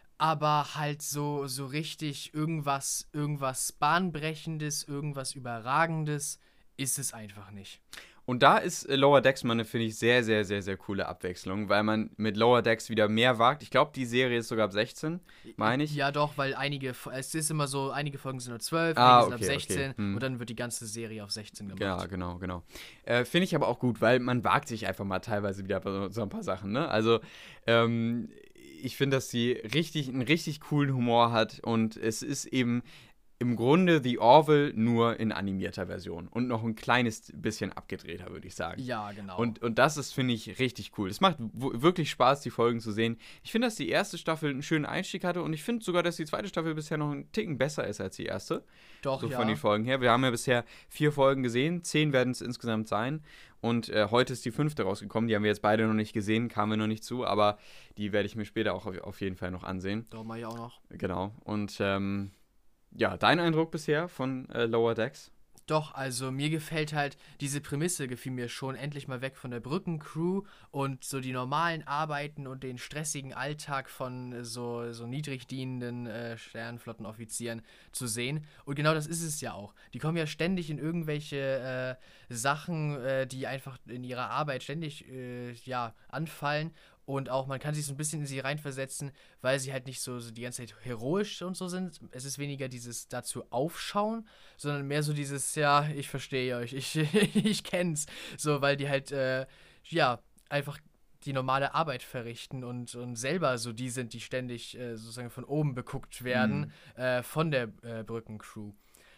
Aber halt so, so richtig irgendwas, irgendwas Bahnbrechendes, irgendwas Überragendes ist es einfach nicht. Und da ist äh, Lower Decks mal eine, finde ich, sehr, sehr, sehr, sehr coole Abwechslung, weil man mit Lower Decks wieder mehr wagt. Ich glaube, die Serie ist sogar ab sechzehn, meine ich. Ja, doch, weil einige, es ist immer so, einige Folgen sind nur zwölf, ah, einige okay, sind ab sechzehn okay. hm. und dann wird die ganze Serie auf sechzehn gemacht. Ja, genau, genau. Äh, finde ich aber auch gut, weil man wagt sich einfach mal teilweise wieder bei so ein paar Sachen, ne? Also, ähm, ich finde, dass sie richtig, einen richtig coolen Humor hat und es ist eben im Grunde The Orville nur in animierter Version und noch ein kleines bisschen abgedrehter, würde ich sagen. Ja, genau. Und, und das ist, finde ich, richtig cool. Es macht w- wirklich Spaß, die Folgen zu sehen. Ich finde, dass die erste Staffel einen schönen Einstieg hatte und ich finde sogar, dass die zweite Staffel bisher noch einen Ticken besser ist als die erste. Doch, so ja. von den Folgen her. Wir haben ja bisher vier Folgen gesehen, zehn werden es insgesamt sein. Und äh, heute ist die fünfte rausgekommen. Die haben wir jetzt beide noch nicht gesehen, kamen wir noch nicht zu, aber die werde ich mir später auch auf, auf jeden Fall noch ansehen. Doch, mache ich auch noch. Genau. Und ähm, ja, dein Eindruck bisher von äh, Lower Decks? Doch, also mir gefällt halt, diese Prämisse gefiel mir schon, endlich mal weg von der Brückencrew und so die normalen Arbeiten und den stressigen Alltag von so, so niedrig dienenden äh, Sternenflottenoffizieren zu sehen. Und genau das ist es ja auch. Die kommen ja ständig in irgendwelche äh, Sachen, äh, die einfach in ihrer Arbeit ständig äh, ja, anfallen. Und auch, man kann sich so ein bisschen in sie reinversetzen, weil sie halt nicht so, so die ganze Zeit heroisch und so sind. Es ist weniger dieses dazu aufschauen, sondern mehr so dieses, ja, ich verstehe euch, ich, ich kenn's. So, weil die halt, äh, ja, einfach die normale Arbeit verrichten und, und selber so die sind, die ständig äh, sozusagen von oben beguckt werden, mhm. äh, von der äh, Brückencrew.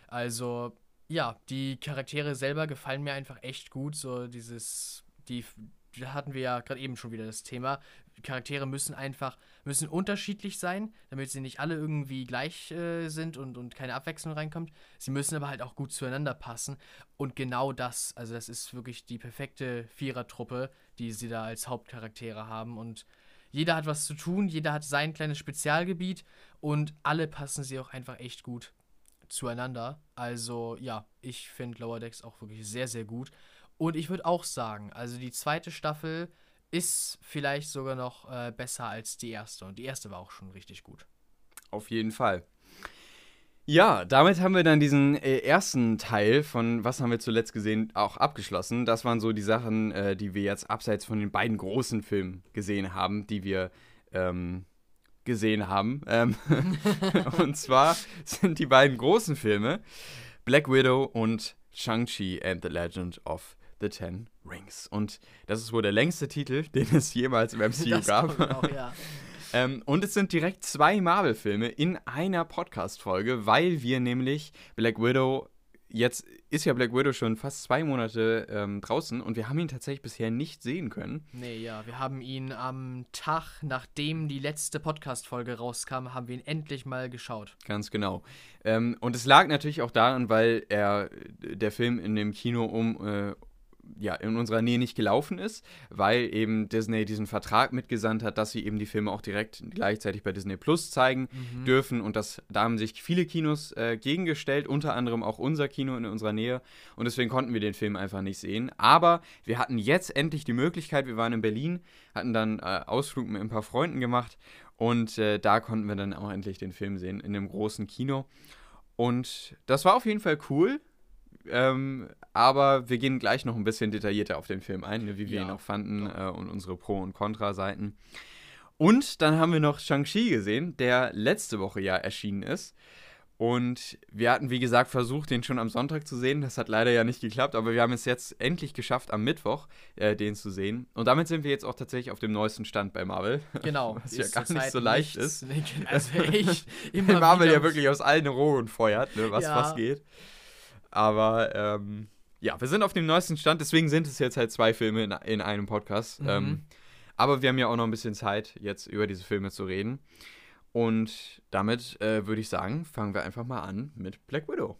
Also, ja, die Charaktere selber gefallen mir einfach echt gut. So dieses, die Da hatten wir ja gerade eben schon wieder das Thema. Charaktere müssen einfach, müssen unterschiedlich sein, damit sie nicht alle irgendwie gleich äh, sind und, und keine Abwechslung reinkommt. Sie müssen aber halt auch gut zueinander passen. Und genau das, also das ist wirklich die perfekte Vierertruppe, die sie da als Hauptcharaktere haben. Und jeder hat was zu tun, jeder hat sein kleines Spezialgebiet und alle passen sie auch einfach echt gut zueinander. Also ja, ich finde Lower Decks auch wirklich sehr, sehr gut. Und ich würde auch sagen, also die zweite Staffel ist vielleicht sogar noch äh, besser als die erste. Und die erste war auch schon richtig gut. Auf jeden Fall. Ja, damit haben wir dann diesen äh, ersten Teil von Was haben wir zuletzt gesehen auch abgeschlossen. Das waren so die Sachen, äh, die wir jetzt abseits von den beiden großen Filmen gesehen haben, die wir ähm, gesehen haben. Ähm und zwar sind die beiden großen Filme Black Widow und Shang-Chi and the Legend of The Ten Rings. Und das ist wohl der längste Titel, den es jemals im M C U das gab. Auch, ja. ähm, und es sind direkt zwei Marvel-Filme in einer Podcast-Folge, weil wir nämlich Black Widow jetzt ist ja Black Widow schon fast zwei Monate ähm, draußen und wir haben ihn tatsächlich bisher nicht sehen können. Nee, ja, wir haben ihn am Tag, nachdem die letzte Podcast-Folge rauskam, haben wir ihn endlich mal geschaut. Ganz genau. Ähm, und es lag natürlich auch daran, weil er, der Film in dem Kino um, äh, ja, in unserer Nähe nicht gelaufen ist, weil eben Disney diesen Vertrag mitgesandt hat, dass sie eben die Filme auch direkt gleichzeitig bei Disney Plus zeigen Mhm. dürfen. Und das, da haben sich viele Kinos äh, gegengestellt, unter anderem auch unser Kino in unserer Nähe. Und deswegen konnten wir den Film einfach nicht sehen. Aber wir hatten jetzt endlich die Möglichkeit, wir waren in Berlin, hatten dann äh, Ausflug mit ein paar Freunden gemacht und äh, da konnten wir dann auch endlich den Film sehen, in einem großen Kino. Und das war auf jeden Fall cool. Ähm, aber wir gehen gleich noch ein bisschen detaillierter auf den Film ein, ne, wie wir Ja, ihn auch fanden doch. äh, und unsere Pro- und Contra-Seiten. Und dann haben wir noch Shang-Chi gesehen, der letzte Woche ja erschienen ist. Und wir hatten, wie gesagt, versucht, den schon am Sonntag zu sehen. Das hat leider ja nicht geklappt, aber wir haben es jetzt endlich geschafft, am Mittwoch äh, den zu sehen. Und damit sind wir jetzt auch tatsächlich auf dem neuesten Stand bei Marvel. Genau. Was ja ist gar nicht zurzeit so leicht nichts- ist. Nee, Also echt immer Weil Marvel wieder ja wirklich aus allen Rohren feuert, ne, was Ja. was geht. Aber ähm, ja, wir sind auf dem neuesten Stand, deswegen sind es jetzt halt zwei Filme in, in einem Podcast. Mhm. Ähm, aber wir haben ja auch noch ein bisschen Zeit, jetzt über diese Filme zu reden. Und damit äh, würde ich sagen, fangen wir einfach mal an mit Black Widow.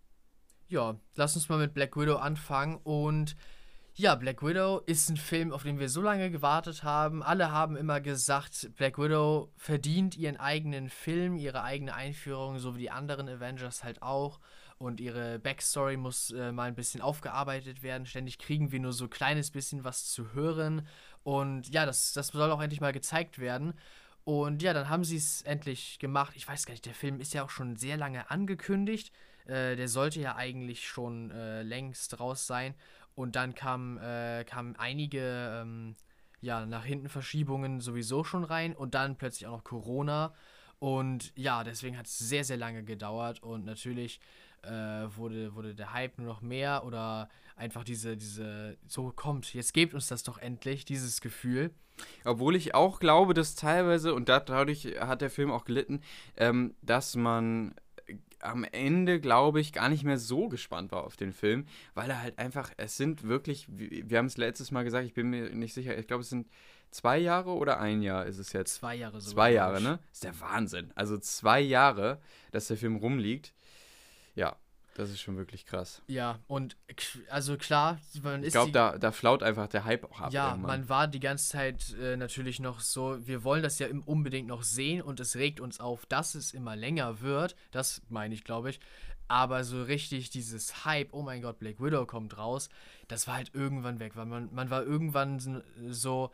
Ja, lass uns mal mit Black Widow anfangen. Und ja, Black Widow ist ein Film, auf den wir so lange gewartet haben. Alle haben immer gesagt, Black Widow verdient ihren eigenen Film, ihre eigene Einführung, so wie die anderen Avengers halt auch. Und ihre Backstory muss äh, mal ein bisschen aufgearbeitet werden. Ständig kriegen wir nur so ein kleines bisschen was zu hören. Und ja, das, das soll auch endlich mal gezeigt werden. Und ja, dann haben sie es endlich gemacht. Ich weiß gar nicht, der Film ist ja auch schon sehr lange angekündigt. Äh, der sollte ja eigentlich schon äh, längst raus sein. Und dann kam, äh, kamen einige ähm, ja, nach hinten Verschiebungen sowieso schon rein. Und dann plötzlich auch noch Corona. Und ja, deswegen hat es sehr, sehr lange gedauert. Und natürlich äh, wurde, wurde der Hype nur noch mehr. Oder einfach diese, diese, so kommt, jetzt gebt uns das doch endlich, dieses Gefühl. Obwohl ich auch glaube, dass teilweise, und dadurch hat der Film auch gelitten, ähm, dass man am Ende, glaube ich, gar nicht mehr so gespannt war auf den Film, weil er halt einfach, es sind wirklich, wir haben es letztes Mal gesagt, ich bin mir nicht sicher, ich glaube, es sind zwei Jahre oder ein Jahr ist es jetzt? Zwei Jahre sogar. Zwei Jahre, glaub ich. ne? Ist der Wahnsinn. Also zwei Jahre, dass der Film rumliegt. Ja, das ist schon wirklich krass. Ja, und k- also klar, man Ich ist glaube, die, da, da flaut einfach der Hype auch ab. ja, irgendwann. man war die ganze Zeit äh, natürlich noch so, wir wollen das ja im, unbedingt noch sehen und es regt uns auf, dass es immer länger wird. Das meine ich, glaube ich. Aber so richtig dieses Hype, oh mein Gott, Black Widow kommt raus, das war halt irgendwann weg, weil man, man war irgendwann so- so,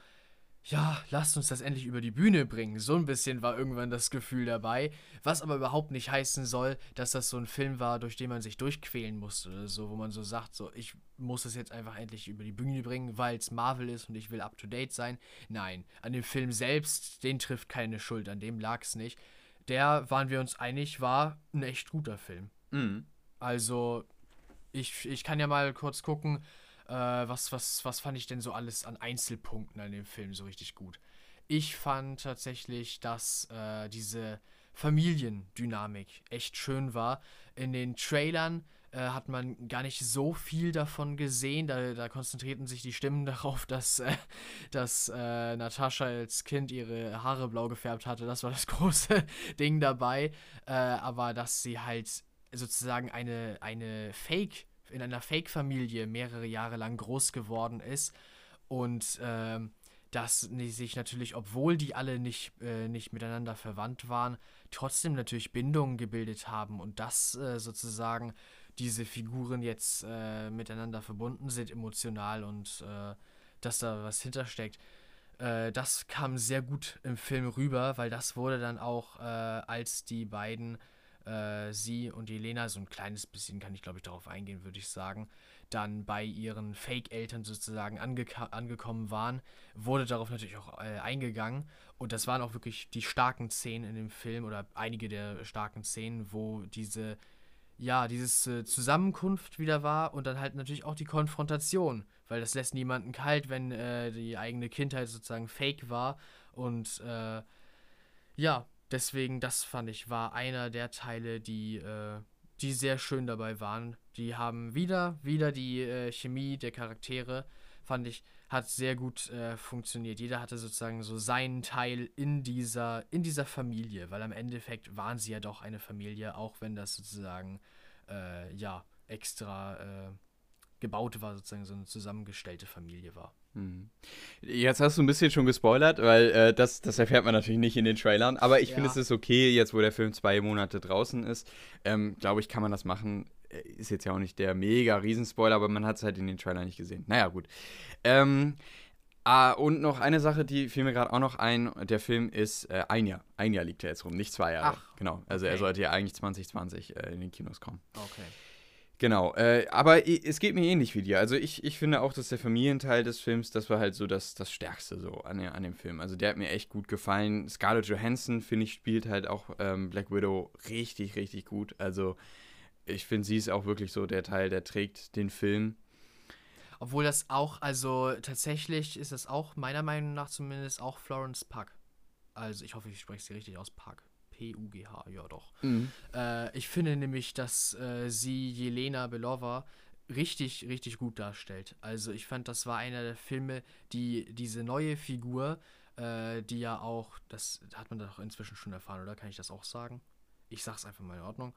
ja, lasst uns das endlich über die Bühne bringen. So ein bisschen war irgendwann das Gefühl dabei, was aber überhaupt nicht heißen soll, dass das so ein Film war, durch den man sich durchquälen musste oder so, wo man so sagt, so, ich muss es jetzt einfach endlich über die Bühne bringen, weil es Marvel ist und ich will up-to-date sein. Nein, an dem Film selbst, den trifft keine Schuld, an dem lag es nicht. Der, waren wir uns einig, war ein echt guter Film. Mhm. Also, ich, ich kann ja mal kurz gucken, äh, was, was, was fand ich denn so alles an Einzelpunkten an dem Film so richtig gut. Ich fand tatsächlich, dass äh, diese Familiendynamik echt schön war. In den Trailern äh, hat man gar nicht so viel davon gesehen. Da, da konzentrierten sich die Stimmen darauf, dass, äh, dass äh, Natascha als Kind ihre Haare blau gefärbt hatte. Das war das große Ding dabei. Äh, aber dass sie halt sozusagen eine, eine Fake, in einer Fake-Familie mehrere Jahre lang groß geworden ist und ähm, dass sie sich natürlich, obwohl die alle nicht, äh, nicht miteinander verwandt waren, trotzdem natürlich Bindungen gebildet haben und dass äh, sozusagen diese Figuren jetzt äh, miteinander verbunden sind, emotional und äh, dass da was hintersteckt. Äh, das kam sehr gut im Film rüber, weil das wurde dann auch, äh, als die beiden äh, sie und die Lena, so ein kleines bisschen kann ich glaube ich darauf eingehen, würde ich sagen, dann bei ihren Fake-Eltern sozusagen angeka- angekommen waren, wurde darauf natürlich auch äh, eingegangen und das waren auch wirklich die starken Szenen in dem Film oder einige der starken Szenen, wo diese, ja, dieses äh, Zusammenkunft wieder war und dann halt natürlich auch die Konfrontation, weil das lässt niemanden kalt, wenn äh, die eigene Kindheit sozusagen fake war und äh, ja, deswegen, das fand ich, war einer der Teile, die, äh, die sehr schön dabei waren. Die haben wieder, wieder die äh, Chemie der Charaktere, fand ich, hat sehr gut äh, funktioniert. Jeder hatte sozusagen so seinen Teil in dieser, in dieser Familie, weil am Endeffekt waren sie ja doch eine Familie, auch wenn das sozusagen, äh, ja, extra äh, gebaut war, sozusagen so eine zusammengestellte Familie war. Hm. Jetzt hast du ein bisschen schon gespoilert, weil äh, das, das erfährt man natürlich nicht in den Trailern. Aber ich finde, Ja. es ist okay, jetzt wo der Film zwei Monate draußen ist. Ähm, Glaube ich, kann man das machen. Äh, Ist jetzt ja auch nicht der mega Riesenspoiler, aber man hat es halt in den Trailern nicht gesehen. Naja, gut. Ähm, ah, und noch eine Sache, die fiel mir gerade auch noch ein. Der Film ist äh, ein Jahr. Ein Jahr liegt er jetzt rum, nicht zwei Jahre. Ach, Genau. Also er okay. sollte ja eigentlich zwanzig zwanzig äh, in den Kinos kommen. Okay. Genau, äh, aber i- es geht mir ähnlich wie dir. Also ich, ich finde auch, dass der Familienteil des Films, das war halt so das, das Stärkste so an, der- an dem Film. Also der hat mir echt gut gefallen. Scarlett Johansson, finde ich, spielt halt auch ähm, Black Widow richtig, richtig gut. Also ich finde, sie ist auch wirklich so der Teil, der trägt den Film. Obwohl das auch, also tatsächlich ist das auch, meiner Meinung nach zumindest, auch Florence Pugh. Also ich hoffe, ich spreche sie richtig aus, Pugh. P U G H, ja doch. Mhm. Äh, ich finde nämlich, dass äh, sie Jelena Belova richtig, richtig gut darstellt. Also ich fand, das war einer der Filme, die diese neue Figur, äh, die ja auch, das hat man doch inzwischen schon erfahren, oder? Kann ich das auch sagen? Ich sag's einfach mal in Ordnung.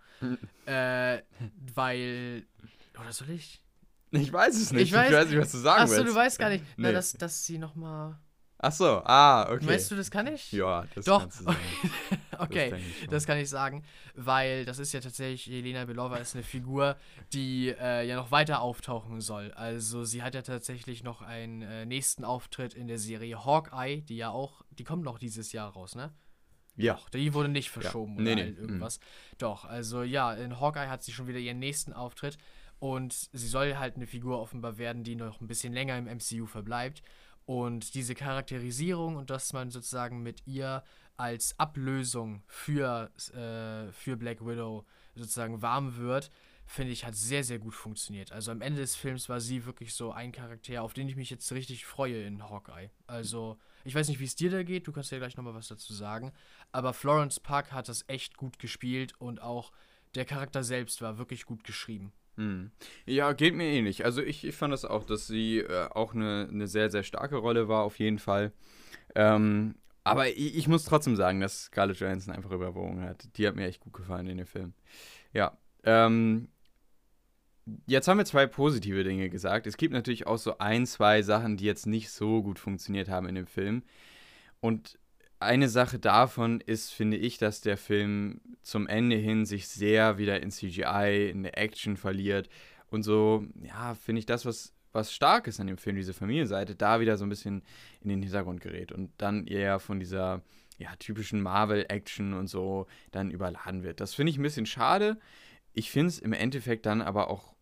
Äh, weil, oder soll ich? Ich weiß es nicht. Ich weiß, ich weiß nicht, was du sagen achso, willst. du weißt gar nicht. Na, Nee. dass, dass sie nochmal. Ach so, ah, okay. Meinst du, das kann ich? Ja, das Doch. kannst du sagen. Okay, denke ich schon. das kann ich sagen, weil das ist ja tatsächlich, Jelena Belova ist eine Figur, die äh, ja noch weiter auftauchen soll. Also sie hat ja tatsächlich noch einen äh, nächsten Auftritt in der Serie Hawkeye, die ja auch, die kommt noch dieses Jahr raus, ne? Ja. Doch, die wurde nicht verschoben Nee, oder nee, halt irgendwas. Doch, also ja, in Hawkeye hat sie schon wieder ihren nächsten Auftritt und sie soll halt eine Figur offenbar werden, die noch ein bisschen länger im M C U verbleibt. Und diese Charakterisierung und dass man sozusagen mit ihr als Ablösung für, äh, für Black Widow sozusagen warm wird, finde ich, hat sehr, sehr gut funktioniert. Also am Ende des Films war sie wirklich so ein Charakter, auf den ich mich jetzt richtig freue in Hawkeye. Also, ich weiß nicht, wie es dir da geht, du kannst ja gleich nochmal was dazu sagen, aber Florence Pugh hat das echt gut gespielt und auch der Charakter selbst war wirklich gut geschrieben. Hm. Ja, geht mir ähnlich. Also ich, ich fand das auch, dass sie äh, auch eine, eine sehr, sehr starke Rolle war, auf jeden Fall. Ähm, aber ich, ich muss trotzdem sagen, dass Scarlett Johansson einfach überwogen hat. Die hat mir echt gut gefallen in dem Film. Ja. Ähm, jetzt haben wir zwei positive Dinge gesagt. Es gibt natürlich auch so ein, zwei Sachen, die jetzt nicht so gut funktioniert haben in dem Film. Und eine Sache davon ist, finde ich, dass der Film zum Ende hin sich sehr wieder in C G I, in der Action verliert. Und so, ja, finde ich das, was, was stark ist an dem Film, diese Familienseite, da wieder so ein bisschen in den Hintergrund gerät. Und dann eher von dieser, ja, typischen Marvel-Action und so dann überladen wird. Das finde ich ein bisschen schade. Ich finde es im Endeffekt dann aber auch,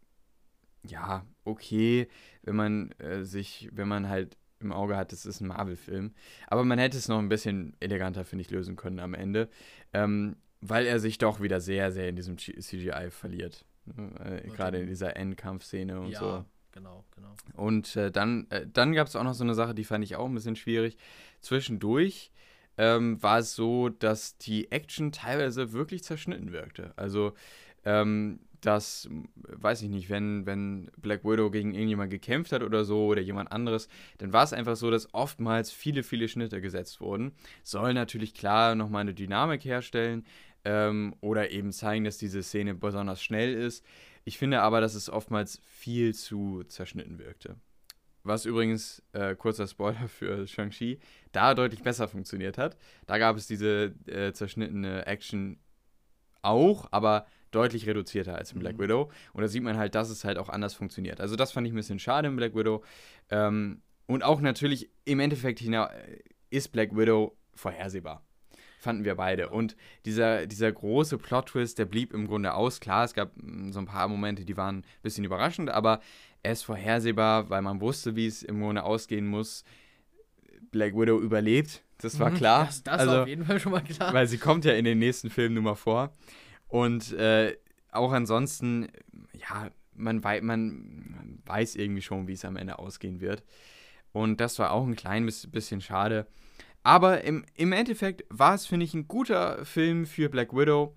ja, okay, wenn man äh, sich, wenn man halt im Auge hat, das ist ein Marvel-Film. Aber man hätte es noch ein bisschen eleganter, finde ich, lösen können am Ende. Ähm, weil er sich doch wieder sehr, sehr in diesem C G I verliert. Ne? Äh, Gerade in dieser Endkampfszene und ja, so. genau, genau. Und äh, dann, äh, dann gab es auch noch so eine Sache, die fand ich auch ein bisschen schwierig. Zwischendurch ähm, war es so, dass die Action teilweise wirklich zerschnitten wirkte. Also, ähm, dass, weiß ich nicht, wenn, wenn Black Widow gegen irgendjemand gekämpft hat oder so oder jemand anderes, dann war es einfach so, dass oftmals viele, viele Schnitte gesetzt wurden. Soll natürlich klar nochmal eine Dynamik herstellen ähm, oder eben zeigen, dass diese Szene besonders schnell ist. Ich finde aber, dass es oftmals viel zu zerschnitten wirkte. Was übrigens, äh, kurzer Spoiler für Shang-Chi, da deutlich besser funktioniert hat. Da gab es diese äh, zerschnittene Action auch, aber deutlich reduzierter als in Black Mhm. Widow. Und da sieht man halt, dass es halt auch anders funktioniert. Also das fand ich ein bisschen schade in Black Widow. Ähm, und auch natürlich im Endeffekt hina- ist Black Widow vorhersehbar. Fanden wir beide. Und dieser, dieser große Plot-Twist, der blieb im Grunde aus. Klar, es gab mm, so ein paar Momente, die waren ein bisschen überraschend, aber er ist vorhersehbar, weil man wusste, wie es im Grunde ausgehen muss. Black Widow überlebt, das war Mhm, klar. Das, das also, war auf jeden Fall schon mal klar. weil sie kommt ja in den nächsten Filmen nun mal vor. Und äh, auch ansonsten, ja, man, wei man weiß irgendwie schon, wie es am Ende ausgehen wird. Und das war auch ein klein bisschen schade. Aber im, im Endeffekt war es, finde ich, ein guter Film für Black Widow.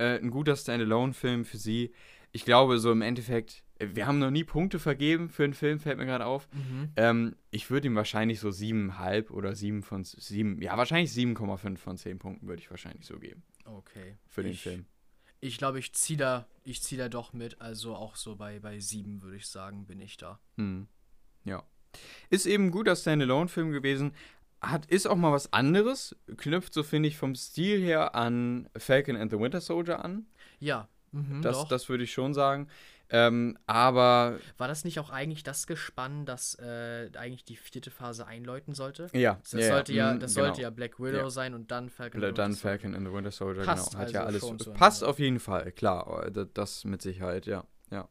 äh, ein guter Standalone-Film für sie. Ich glaube, so im Endeffekt, wir haben noch nie Punkte vergeben für einen Film, fällt mir gerade auf. Mhm. Ähm, ich würde ihm wahrscheinlich so sieben Komma fünf oder sieben von sieben, ja, wahrscheinlich sieben Komma fünf von zehn Punkten würde ich wahrscheinlich so geben. Okay. Für den ich, Film. Ich glaube, ich ziehe da, ich zieh da doch mit. Also auch so bei, bei sieben, würde ich sagen, bin ich da. Hm. Ja. Ist eben ein guter Standalone-Film gewesen. Hat, ist auch mal was anderes. Knüpft, so finde ich, vom Stil her an Falcon and the Winter Soldier an. Ja, mhm, Das, doch. das würde ich schon sagen. Ähm, aber War das nicht auch eigentlich das Gespann, das äh, eigentlich die vierte Phase einläuten sollte? ja, Das ja, sollte ja, ja, das genau. sollte ja Black Widow Ja. sein und dann Falcon Dann and the Winter Falcon and the Winter Soldier, Passt genau. Hat also ja alles. schon Passt zueinander. auf jeden Fall, klar. Das, das mit Sicherheit, ja. ja.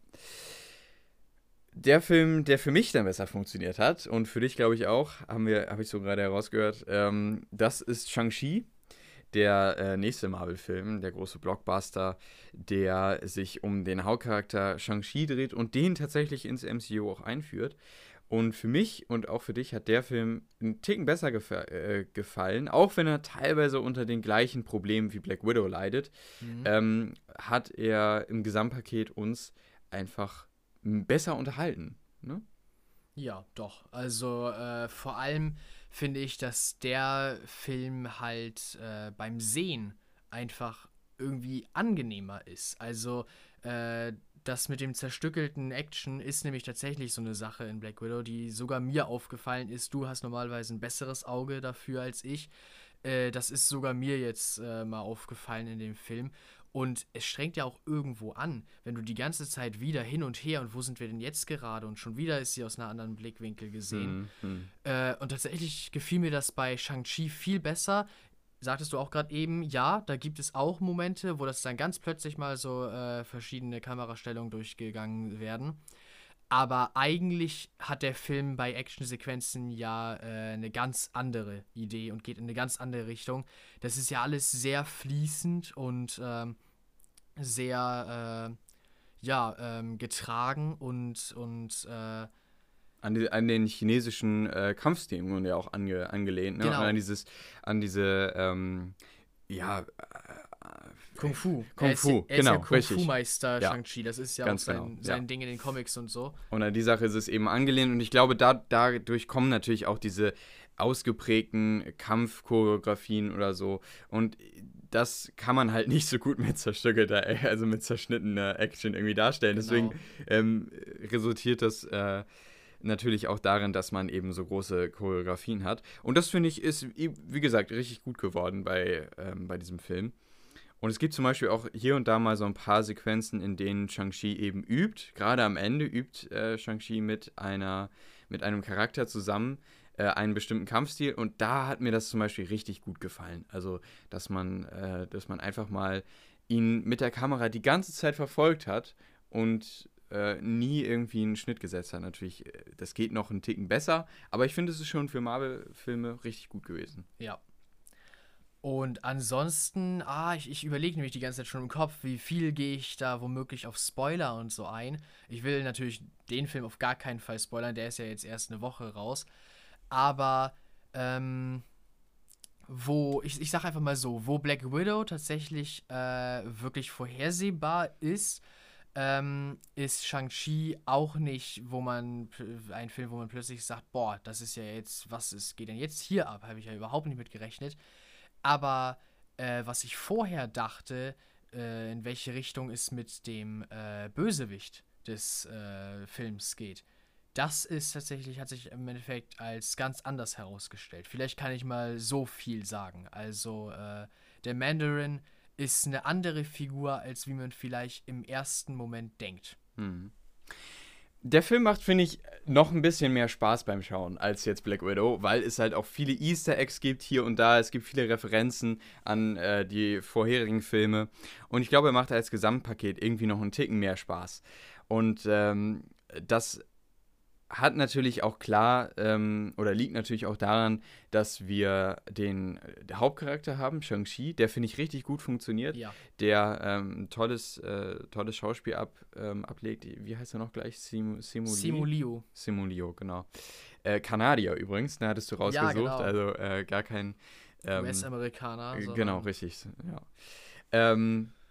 Der Film, der für mich dann besser funktioniert hat und für dich, glaube ich, auch, haben wir, habe ich so gerade herausgehört, ähm, das ist Shang-Chi, der äh, nächste Marvel-Film, der große Blockbuster, der sich um den Hauptcharakter Shang-Chi dreht und den tatsächlich ins M C U auch einführt. Und für mich und auch für dich hat der Film einen Ticken besser gefa- äh, gefallen, auch wenn er teilweise unter den gleichen Problemen wie Black Widow leidet, Mhm. ähm, hat er im Gesamtpaket uns einfach m- besser unterhalten. Ne? Ja, doch. Also äh, vor allem finde ich, dass der Film halt äh, beim Sehen einfach irgendwie angenehmer ist. Also äh, das mit dem zerstückelten Action ist nämlich tatsächlich so eine Sache in Black Widow, die sogar mir aufgefallen ist. Du hast normalerweise ein besseres Auge dafür als ich. Äh, das ist sogar mir jetzt äh, mal aufgefallen in dem Film. Und es strengt ja auch irgendwo an, wenn du die ganze Zeit wieder hin und her und wo sind wir denn jetzt gerade und schon wieder ist sie aus einem anderen Blickwinkel gesehen. Hm, hm. Äh, und tatsächlich gefiel mir das bei Shang-Chi viel besser. Sagtest du auch gerade eben, ja, da gibt es auch Momente, wo das dann ganz plötzlich mal so äh, verschiedene Kamerastellungen durchgegangen werden. Aber eigentlich hat der Film bei Actionsequenzen ja äh, eine ganz andere Idee und geht in eine ganz andere Richtung. Das ist ja alles sehr fließend und ähm, sehr äh, ja, ähm, getragen und, und äh, An, die, an den chinesischen äh, Kampfstil wurden ja auch ange, angelehnt, ne? Genau. Und an dieses, an diese, ähm, ja, Kung Fu. Kung er ist, Fu, ja- er ist genau, ja Kung richtig. Fu-Meister Ja, Shang-Chi. Das ist ja ganz auch sein, genau, sein ja. Ding in den Comics und so. Und an die Sache ist es eben angelehnt und ich glaube, da, dadurch kommen natürlich auch diese ausgeprägten Kampfchoreografien oder so und das kann man halt nicht so gut mit zerstückelter, also mit zerschnittener Action irgendwie darstellen. Genau. Deswegen ähm, resultiert das äh, natürlich auch darin, dass man eben so große Choreografien hat. Und das finde ich ist, wie gesagt, richtig gut geworden bei, ähm, bei diesem Film. Und es gibt zum Beispiel auch hier und da mal so ein paar Sequenzen, in denen Shang-Chi eben übt. Gerade am Ende übt äh, Shang-Chi mit einer, mit einem Charakter zusammen äh, einen bestimmten Kampfstil. Und da hat mir das zum Beispiel richtig gut gefallen. Also, dass man, äh, dass man einfach mal ihn mit der Kamera die ganze Zeit verfolgt hat und äh, nie irgendwie einen Schnitt gesetzt hat. Natürlich, äh, das geht noch einen Ticken besser, aber ich finde, es ist schon für Marvel-Filme richtig gut gewesen. Ja. Und ansonsten, ah, ich, ich überlege nämlich die ganze Zeit schon im Kopf, wie viel gehe ich da womöglich auf Spoiler und so ein. Ich will natürlich den Film auf gar keinen Fall spoilern, der ist ja jetzt erst eine Woche raus. Aber, ähm, wo, ich, ich sag einfach mal so, wo Black Widow tatsächlich äh, wirklich vorhersehbar ist, ähm, ist Shang-Chi auch nicht, wo man, pl- ein Film, wo man plötzlich sagt, boah, das ist ja jetzt, was ist, geht denn jetzt hier ab? Habe ich ja überhaupt nicht mit gerechnet. Aber äh, was ich vorher dachte, äh, in welche Richtung es mit dem äh, Bösewicht des äh, Films geht, das ist tatsächlich, hat sich im Endeffekt als ganz anders herausgestellt. Vielleicht kann ich mal so viel sagen. Also, äh, der Mandarin ist eine andere Figur, als wie man vielleicht im ersten Moment denkt. Hm. Der Film macht, finde ich, noch ein bisschen mehr Spaß beim Schauen als jetzt Black Widow, weil es halt auch viele Easter Eggs gibt hier und da. Es gibt viele Referenzen an äh, die vorherigen Filme. Und ich glaube, er macht als Gesamtpaket irgendwie noch einen Ticken mehr Spaß. Und ähm, das hat natürlich auch klar, ähm, oder liegt natürlich auch daran, dass wir den äh, Hauptcharakter haben, Shang-Chi, der, finde ich, richtig gut funktioniert, Ja. der ähm, ein tolles, äh, tolles Schauspiel ab, ähm, ablegt. Wie heißt er noch gleich? Simu, Simu Lee? Simu Liu. Simu Liu, genau. Äh, Kanadier übrigens, da hattest du rausgesucht, genau. also äh, gar kein... Ähm, U S-Amerikaner. äh, sondern- genau, richtig, ja. Ähm,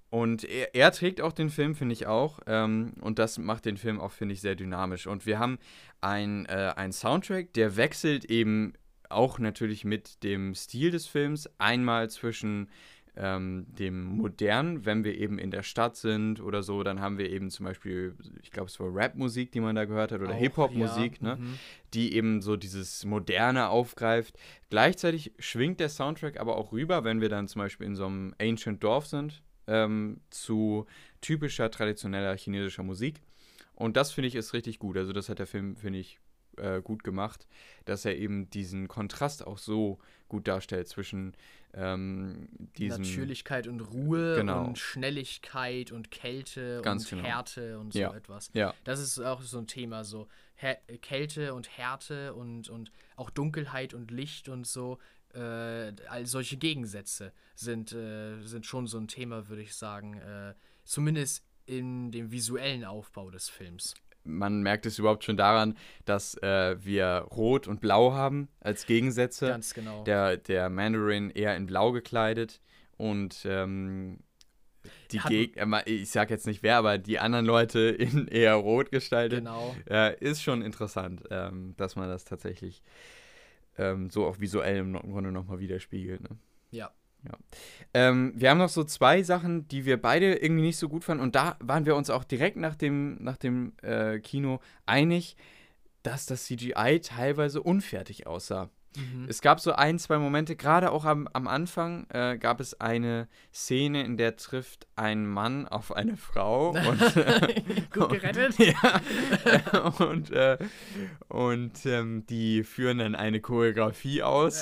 Und er, er trägt auch den Film, finde ich auch. Ähm, und das macht den Film auch, finde ich, sehr dynamisch. Und wir haben ein, äh, einen Soundtrack, der wechselt eben auch natürlich mit dem Stil des Films. Einmal zwischen ähm, dem Modernen, wenn wir eben in der Stadt sind oder so, dann haben wir eben zum Beispiel, ich glaube, es war Rap-Musik, die man da gehört hat, oder Auch, Hip-Hop-Musik, ja. ne? Mhm. Die eben so dieses Moderne aufgreift. Gleichzeitig schwingt der Soundtrack aber auch rüber, wenn wir dann zum Beispiel in so einem Ancient Dorf sind, ähm, zu typischer, traditioneller chinesischer Musik. Und das finde ich ist richtig gut. Also das hat der Film, finde ich, äh, gut gemacht, dass er eben diesen Kontrast auch so gut darstellt zwischen ähm, diesem... Natürlichkeit und Ruhe Genau. und Schnelligkeit und Kälte Ganz und genau. Härte und so Ja. etwas. Ja, Das ist auch so ein Thema, so Her Kälte und Härte und, und auch Dunkelheit und Licht und so. Äh, all solche Gegensätze sind, äh, sind schon so ein Thema, würde ich sagen. Äh, zumindest in dem visuellen Aufbau des Films. man merkt es überhaupt schon daran, dass äh, wir Rot und Blau haben als Gegensätze. Ganz genau. Der, der Mandarin eher in Blau gekleidet und ähm, die Hat- Gegner, ich sag jetzt nicht wer, aber die anderen Leute in eher Rot gestaltet. Genau. Äh, ist schon interessant, ähm, dass man das tatsächlich ähm, so auch visuell im Grunde nochmal widerspiegelt. Ne? Ja. Ähm, wir haben noch so zwei Sachen, die wir beide irgendwie nicht so gut fanden. Und da waren wir uns auch direkt nach dem, nach dem äh, Kino einig, dass das C G I teilweise unfertig aussah. Mhm. Es gab so ein, zwei Momente, gerade auch am, am Anfang äh, gab es eine Szene, in der trifft ein Mann auf eine Frau. Und, Gut gerettet. ja, und äh, und ähm, die führen dann eine Choreografie aus.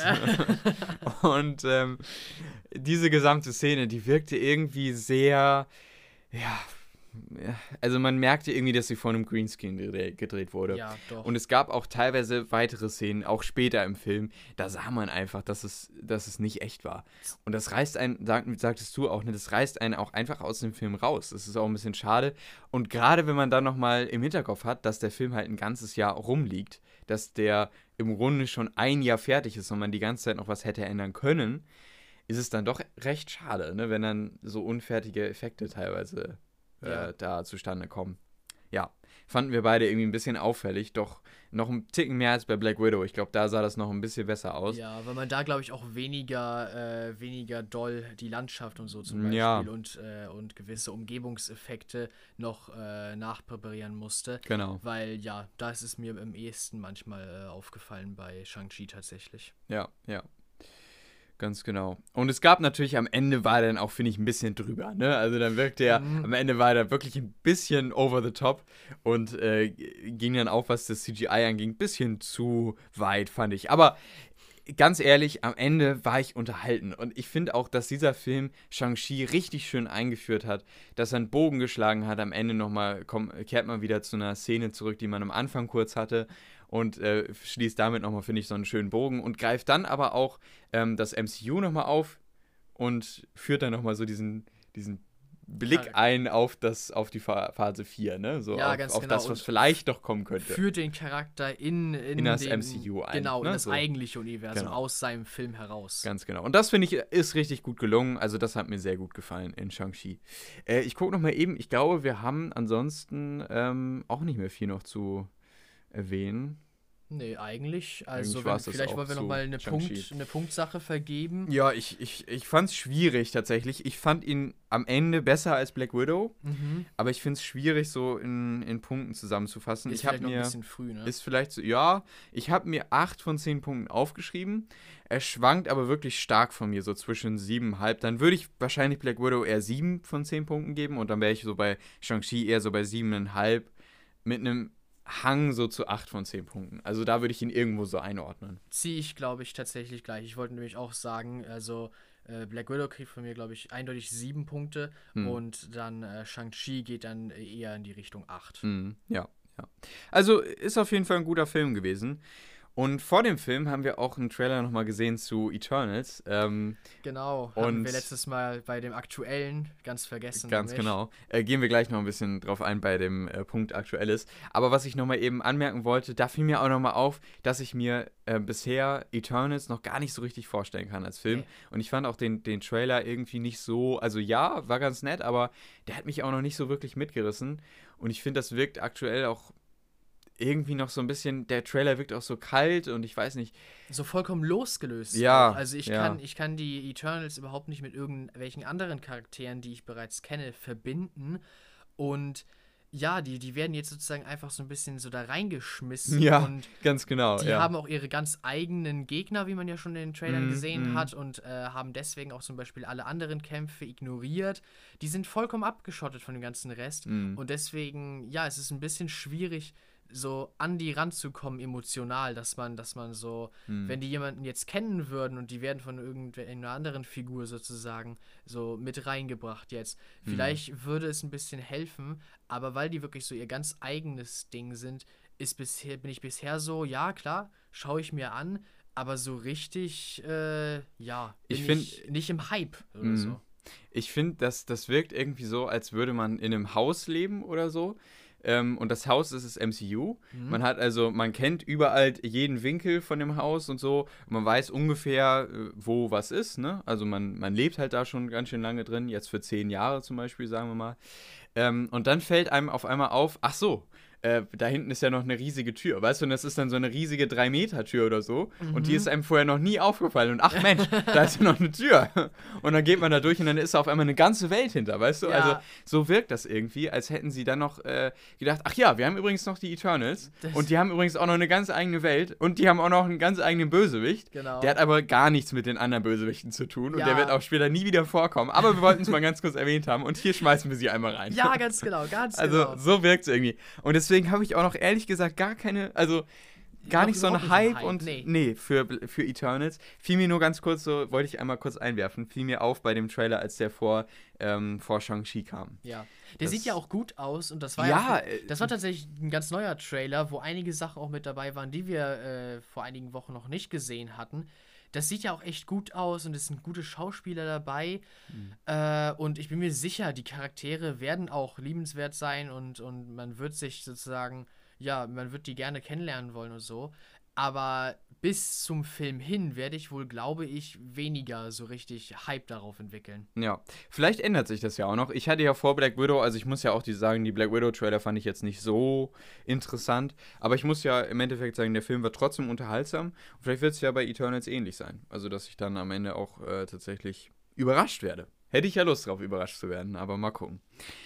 Und ähm, diese gesamte Szene, die wirkte irgendwie sehr, ja, also man merkte irgendwie, dass sie vor einem Greenscreen gedreht, gedreht wurde. Ja, doch. Und es gab auch teilweise weitere Szenen, auch später im Film, da sah man einfach, dass es, dass es nicht echt war. Und das reißt einen, sag, sagtest du auch, ne, das reißt einen auch einfach aus dem Film raus. Das ist auch ein bisschen schade. Und gerade wenn man dann nochmal im Hinterkopf hat, dass der Film halt ein ganzes Jahr rumliegt, dass der im Grunde schon ein Jahr fertig ist und man die ganze Zeit noch was hätte ändern können, ist es dann doch recht schade, ne, wenn dann so unfertige Effekte teilweise äh, Ja. da zustande kommen. Ja, fanden wir beide irgendwie ein bisschen auffällig, doch noch ein Ticken mehr als bei Black Widow. Ich glaube, da sah das noch ein bisschen besser aus. Ja, weil man da, glaube ich, auch weniger, äh, weniger doll die Landschaft und so zum Beispiel Ja. und, äh, und gewisse Umgebungseffekte noch äh, nachpräparieren musste. Genau, Weil, ja, da ist es mir am ehesten manchmal äh, aufgefallen bei Shang-Chi tatsächlich. ja, ja. Ganz genau. Und es gab natürlich, am Ende war er dann auch, finde ich, ein bisschen drüber, ne? Also dann wirkte er, Mhm. am Ende war er wirklich ein bisschen over the top und äh, ging dann auch, was das C G I anging, ein bisschen zu weit, fand ich. Aber ganz ehrlich, am Ende war ich unterhalten. Und ich finde auch, dass dieser Film Shang-Chi richtig schön eingeführt hat, dass er einen Bogen geschlagen hat. Am Ende nochmal kehrt man wieder zu einer Szene zurück, die man am Anfang kurz hatte. Und äh, schließt damit nochmal, finde ich, so einen schönen Bogen. Und greift dann aber auch ähm, das M C U nochmal auf und führt dann nochmal so diesen, diesen Blick Ja. ein auf, das, auf die Fa- Phase vier, ne? So Ja, auf, ganz auf genau. das, was Und vielleicht doch kommen könnte. Führt den Charakter in, in, In das den, M C U ein, Genau, ne? in das So. eigentliche Universum, Genau. aus seinem Film heraus. Ganz genau. Und das, finde ich, ist richtig gut gelungen. Also das hat mir sehr gut gefallen in Shang-Chi. Äh, ich gucke nochmal eben. Ich glaube, wir haben ansonsten ähm, auch nicht mehr viel noch zu erwähnen. Nee, eigentlich. Also, Eigentlich wenn, war's das vielleicht auch wollen wir zu nochmal eine, Shang-Chi. Punkt, eine Punktsache vergeben. Ja, ich, ich, ich fand es schwierig tatsächlich. Ich fand ihn am Ende besser als Black Widow. Mhm. Aber ich finde es schwierig, so in, in Punkten zusammenzufassen. Ist ich habe vielleicht noch mir... ein bisschen früh, ne? Ist vielleicht so, ja, ich habe mir acht von zehn Punkten aufgeschrieben. Er schwankt aber wirklich stark von mir, so zwischen sieben Komma fünf. Dann würde ich wahrscheinlich Black Widow eher sieben von zehn Punkten geben und dann wäre ich so bei Shang-Chi eher so bei sieben Komma fünf mit einem Hang so zu acht von zehn Punkten. Also da würde ich ihn irgendwo so einordnen. Ziehe ich, glaube ich, tatsächlich gleich. Ich wollte nämlich auch sagen, also äh, Black Widow kriegt von mir, glaube ich, eindeutig sieben Punkte Hm. und dann äh, Shang-Chi geht dann eher in die Richtung acht. Mhm, ja, ja. Also ist auf jeden Fall ein guter Film gewesen. Und vor dem Film haben wir auch einen Trailer nochmal gesehen zu Eternals. Ähm, genau, haben wir letztes Mal bei dem aktuellen ganz vergessen. Ganz nämlich. genau. Äh, gehen wir gleich noch ein bisschen drauf ein bei dem äh, Punkt Aktuelles. Aber was ich nochmal eben anmerken wollte, da fiel mir auch nochmal auf, dass ich mir äh, bisher Eternals noch gar nicht so richtig vorstellen kann als Film. Okay. Und ich fand auch den, den Trailer irgendwie nicht so, also ja, war ganz nett, aber der hat mich auch noch nicht so wirklich mitgerissen. Und ich finde, das wirkt aktuell auch irgendwie noch so ein bisschen, der Trailer wirkt auch so kalt und ich weiß nicht. So vollkommen losgelöst. Ja. Auch. Also ich, ja. kann, ich kann die Eternals überhaupt nicht mit irgendwelchen anderen Charakteren, die ich bereits kenne, verbinden. Und ja, die, die werden jetzt sozusagen einfach so ein bisschen so da reingeschmissen. Ja, und ganz genau. Die ja. haben auch ihre ganz eigenen Gegner, wie man ja schon in den Trailern mm, gesehen mm. hat, und äh, haben deswegen auch zum Beispiel alle anderen Kämpfe ignoriert. Die sind vollkommen abgeschottet von dem ganzen Rest. Mm. Und deswegen, ja, es ist ein bisschen schwierig, so an die ranzukommen emotional, dass man, dass man so, hm. wenn die jemanden jetzt kennen würden und die werden von irgendeiner anderen Figur sozusagen so mit reingebracht jetzt, hm. vielleicht würde es ein bisschen helfen, aber weil die wirklich so ihr ganz eigenes Ding sind, ist bisher, bin ich bisher so, ja klar, schaue ich mir an, aber so richtig, äh, ja, bin ich, find, ich nicht im Hype oder hm. so. Ich finde, das, das wirkt irgendwie so, als würde man in einem Haus leben oder so. Ähm, und das Haus ist das M C U. Mhm. Man hat also, man kennt überall jeden Winkel von dem Haus und so. Man weiß ungefähr, wo was ist, ne? Also man, man lebt halt da schon ganz schön lange drin, jetzt für zehn Jahre zum Beispiel, sagen wir mal. Ähm, und dann fällt einem auf einmal auf, ach so, äh, da hinten ist ja noch eine riesige Tür, weißt du, und das ist dann so eine riesige drei Meter Tür oder so, mhm. und die ist einem vorher noch nie aufgefallen und ach Mensch, da ist ja noch eine Tür und dann geht man da durch und dann ist da auf einmal eine ganze Welt hinter, weißt du, ja. Also so wirkt das irgendwie, als hätten sie dann noch äh, gedacht, ach ja, wir haben übrigens noch die Eternals das und die haben übrigens auch noch eine ganz eigene Welt und die haben auch noch einen ganz eigenen Bösewicht, genau. Der hat aber gar nichts mit den anderen Bösewichten zu tun und ja. Der wird auch später nie wieder vorkommen, aber wir wollten es mal ganz kurz erwähnt haben und hier schmeißen wir sie einmal rein. Ja, ganz genau, ganz also, genau. Also so wirkt es irgendwie und deswegen habe ich auch noch ehrlich gesagt gar keine, also gar noch nicht so ein Hype, Hype und nee, nee für, für Eternals. Fiel mir nur ganz kurz so, wollte ich einmal kurz einwerfen, fiel mir auf bei dem Trailer, als der vor, ähm, vor Shang-Chi kam. Ja, der das, sieht ja auch gut aus und das war ja, ja das war tatsächlich ein ganz neuer Trailer, wo einige Sachen auch mit dabei waren, die wir äh, vor einigen Wochen noch nicht gesehen hatten. Das sieht ja auch echt gut aus und es sind gute Schauspieler dabei. Mhm. Äh, und ich bin mir sicher, die Charaktere werden auch liebenswert sein und, und man wird sich sozusagen, ja, man wird die gerne kennenlernen wollen und so. Aber bis zum Film hin werde ich wohl, glaube ich, weniger so richtig Hype darauf entwickeln. Ja, vielleicht ändert sich das ja auch noch. Ich hatte ja vor Black Widow, also ich muss ja auch die sagen, die Black Widow-Trailer fand ich jetzt nicht so interessant. Aber ich muss ja im Endeffekt sagen, der Film war trotzdem unterhaltsam. Und vielleicht wird es ja bei Eternals ähnlich sein. Also, dass ich dann am Ende auch äh, tatsächlich überrascht werde. Hätte ich ja Lust drauf, überrascht zu werden, aber mal gucken.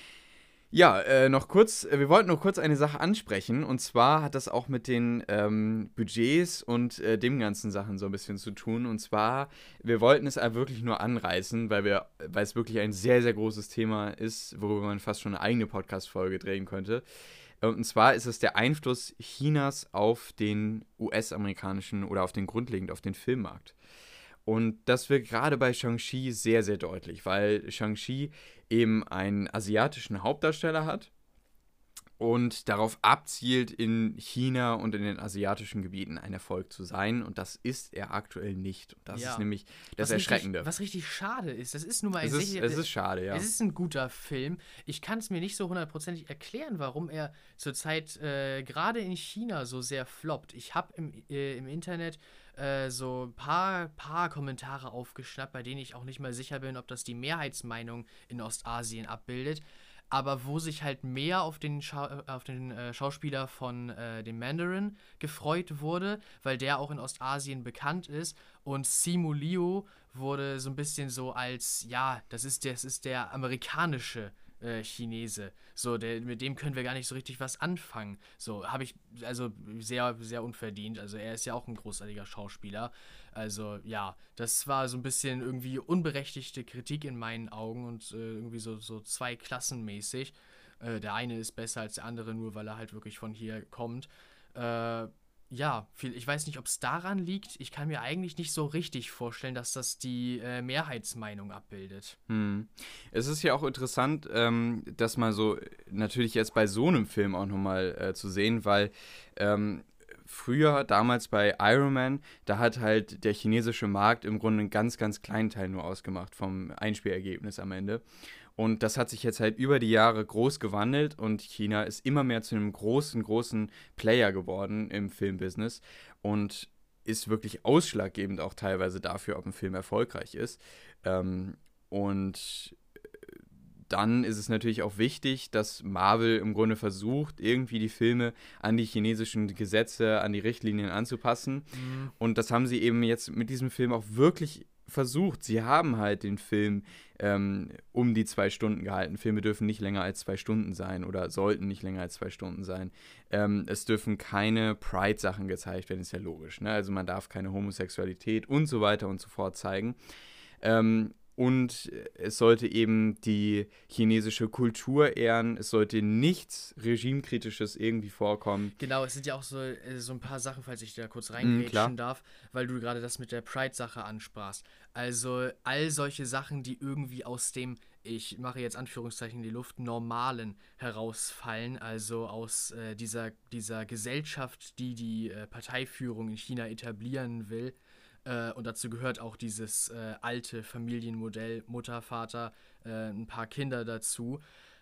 Ja, äh, noch kurz, wir wollten noch kurz eine Sache ansprechen und zwar hat das auch mit den ähm, Budgets und äh, dem ganzen Sachen so ein bisschen zu tun und zwar, wir wollten es wirklich nur anreißen, weil wir, weil es wirklich ein sehr, sehr großes Thema ist, worüber man fast schon eine eigene Podcast-Folge drehen könnte. Und zwar ist es der Einfluss Chinas auf den U S-amerikanischen oder auf den grundlegend auf den Filmmarkt. Und das wird gerade bei Shang-Chi sehr, sehr deutlich, weil Shang-Chi eben einen asiatischen Hauptdarsteller hat und darauf abzielt, in China und in den asiatischen Gebieten ein Erfolg zu sein. Und das ist er aktuell nicht. Und das ja. ist nämlich das was Erschreckende. Richtig, was richtig schade ist. Das ist nun mal ein es ist, sehr, es ist schade, ja. Es ist ein guter Film. Ich kann es mir nicht so hundertprozentig erklären, warum er zurzeit äh, gerade in China so sehr floppt. Ich habe im, äh, im Internet äh, so ein paar, paar Kommentare aufgeschnappt, bei denen ich auch nicht mal sicher bin, ob das die Mehrheitsmeinung in Ostasien abbildet. Aber wo sich halt mehr auf den, Schau- auf den äh, Schauspieler von äh, dem Mandarin gefreut wurde, weil der auch in Ostasien bekannt ist. Und Simu Liu wurde so ein bisschen so als, ja, das ist der, das ist der amerikanische äh, Chinese. So, der, mit dem können wir gar nicht so richtig was anfangen. So, habe ich, also sehr, sehr unverdient. Also er ist ja auch ein großartiger Schauspieler. Also ja, das war so ein bisschen irgendwie unberechtigte Kritik in meinen Augen und äh, irgendwie so, so zweiklassenmäßig. Äh, der eine ist besser als der andere, nur weil er halt wirklich von hier kommt. Äh, ja, viel, ich weiß nicht, ob es daran liegt. Ich kann mir eigentlich nicht so richtig vorstellen, dass das die äh, Mehrheitsmeinung abbildet. Hm. Es ist ja auch interessant, ähm, das mal so natürlich jetzt bei so einem Film auch nochmal äh, zu sehen, weil ähm, früher, damals bei Iron Man, da hat halt der chinesische Markt im Grunde einen ganz, ganz kleinen Teil nur ausgemacht vom Einspielergebnis am Ende. Und das hat sich jetzt halt über die Jahre groß gewandelt und China ist immer mehr zu einem großen, großen Player geworden im Filmbusiness und ist wirklich ausschlaggebend auch teilweise dafür, ob ein Film erfolgreich ist. Ähm, und dann ist es natürlich auch wichtig, dass Marvel im Grunde versucht, irgendwie die Filme an die chinesischen Gesetze, an die Richtlinien anzupassen. Mhm. Und das haben sie eben jetzt mit diesem Film auch wirklich versucht. Sie haben halt den Film ähm, um die zwei Stunden gehalten. Filme dürfen nicht länger als zwei Stunden sein oder sollten nicht länger als zwei Stunden sein. Ähm, es dürfen keine Pride-Sachen gezeigt werden, ist ja logisch. Ne? Also man darf keine Homosexualität und so weiter und so fort zeigen. Ähm, Und es sollte eben die chinesische Kultur ehren. Es sollte nichts Regimekritisches irgendwie vorkommen. Genau, es sind ja auch so, äh, so ein paar Sachen, falls ich da kurz Mm, reingrätschen klar. darf, weil du gerade das mit der Pride-Sache ansprachst. Also all solche Sachen, die irgendwie aus dem, ich mache jetzt Anführungszeichen in die Luft, Normalen herausfallen, also aus äh, dieser, dieser Gesellschaft, die die äh, Parteiführung in China etablieren will. Äh, und dazu gehört auch dieses äh, alte Familienmodell, Mutter, Vater, äh, ein paar Kinder dazu.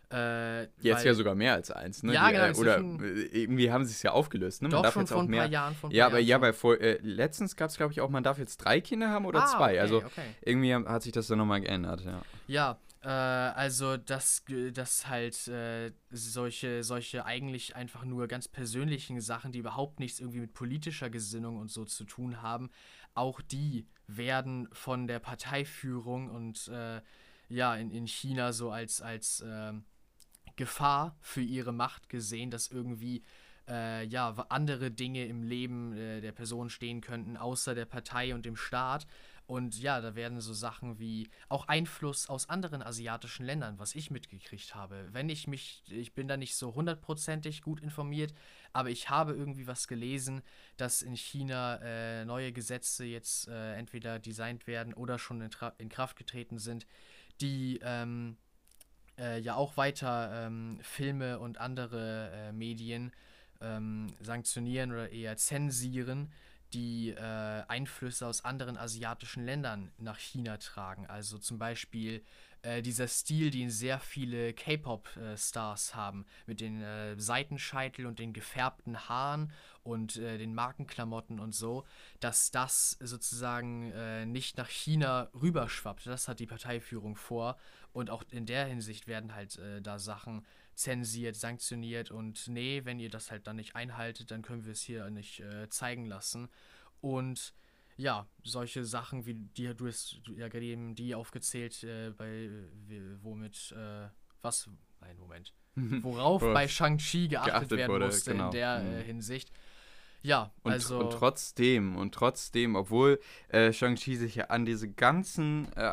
Äh, Jetzt ja weil, sogar mehr als eins, ne? ja, Die, genau, äh, oder inzwischen äh, irgendwie haben sie es ja aufgelöst, ne? Man doch darf schon jetzt vor auch ein paar mehr. Jahren, vor ein Ja, paar aber Jahren ja, schon. bei vor, äh, letztens gab es, glaube ich, auch, man darf jetzt drei Kinder haben oder Ah, zwei. okay, Also okay. irgendwie haben- hat sich das dann nochmal geändert, ja. Ja, äh, also dass, ge- dass halt äh, solche, solche eigentlich einfach nur ganz persönlichen Sachen, die überhaupt nichts irgendwie mit politischer Gesinnung und so zu tun haben, auch die werden von der Parteiführung und äh, ja, in, in China so als, als ähm, Gefahr für ihre Macht gesehen, dass irgendwie äh, ja, wa- andere Dinge im Leben äh, der Person stehen könnten, außer der Partei und dem Staat. Und ja, da werden so Sachen wie auch Einfluss aus anderen asiatischen Ländern, was ich mitgekriegt habe. Wenn ich mich, ich bin da nicht so hundertprozentig gut informiert, aber ich habe irgendwie was gelesen, dass in China äh, neue Gesetze jetzt äh, entweder designt werden oder schon in, Tra- in Kraft getreten sind, die ähm, äh, ja auch weiter ähm, Filme und andere äh, Medien ähm, sanktionieren oder eher zensieren, die äh, Einflüsse aus anderen asiatischen Ländern nach China tragen. Also zum Beispiel äh, dieser Stil, den sehr viele K-Pop-Stars haben, mit den äh, Seitenscheitel und den gefärbten Haaren und äh, den Markenklamotten und so, dass das sozusagen äh, nicht nach China rüberschwappt. Das hat die Parteiführung vor. Und auch in der Hinsicht werden halt äh, da Sachen zensiert, sanktioniert und nee, wenn ihr das halt dann nicht einhaltet, dann können wir es hier nicht äh, zeigen lassen. Und ja, solche Sachen, wie die du hast du ja gerade eben die aufgezählt, äh, bei wie- womit, äh, was, nein, Moment, worauf Worauf bei Shang-Chi geachtet geachtet werden wurde, musste in genau. der äh, Mhm. Hinsicht. Ja, Und, tr- und also, trotzdem, und trotzdem, obwohl äh, Shang-Chi sich ja an diese ganzen, äh,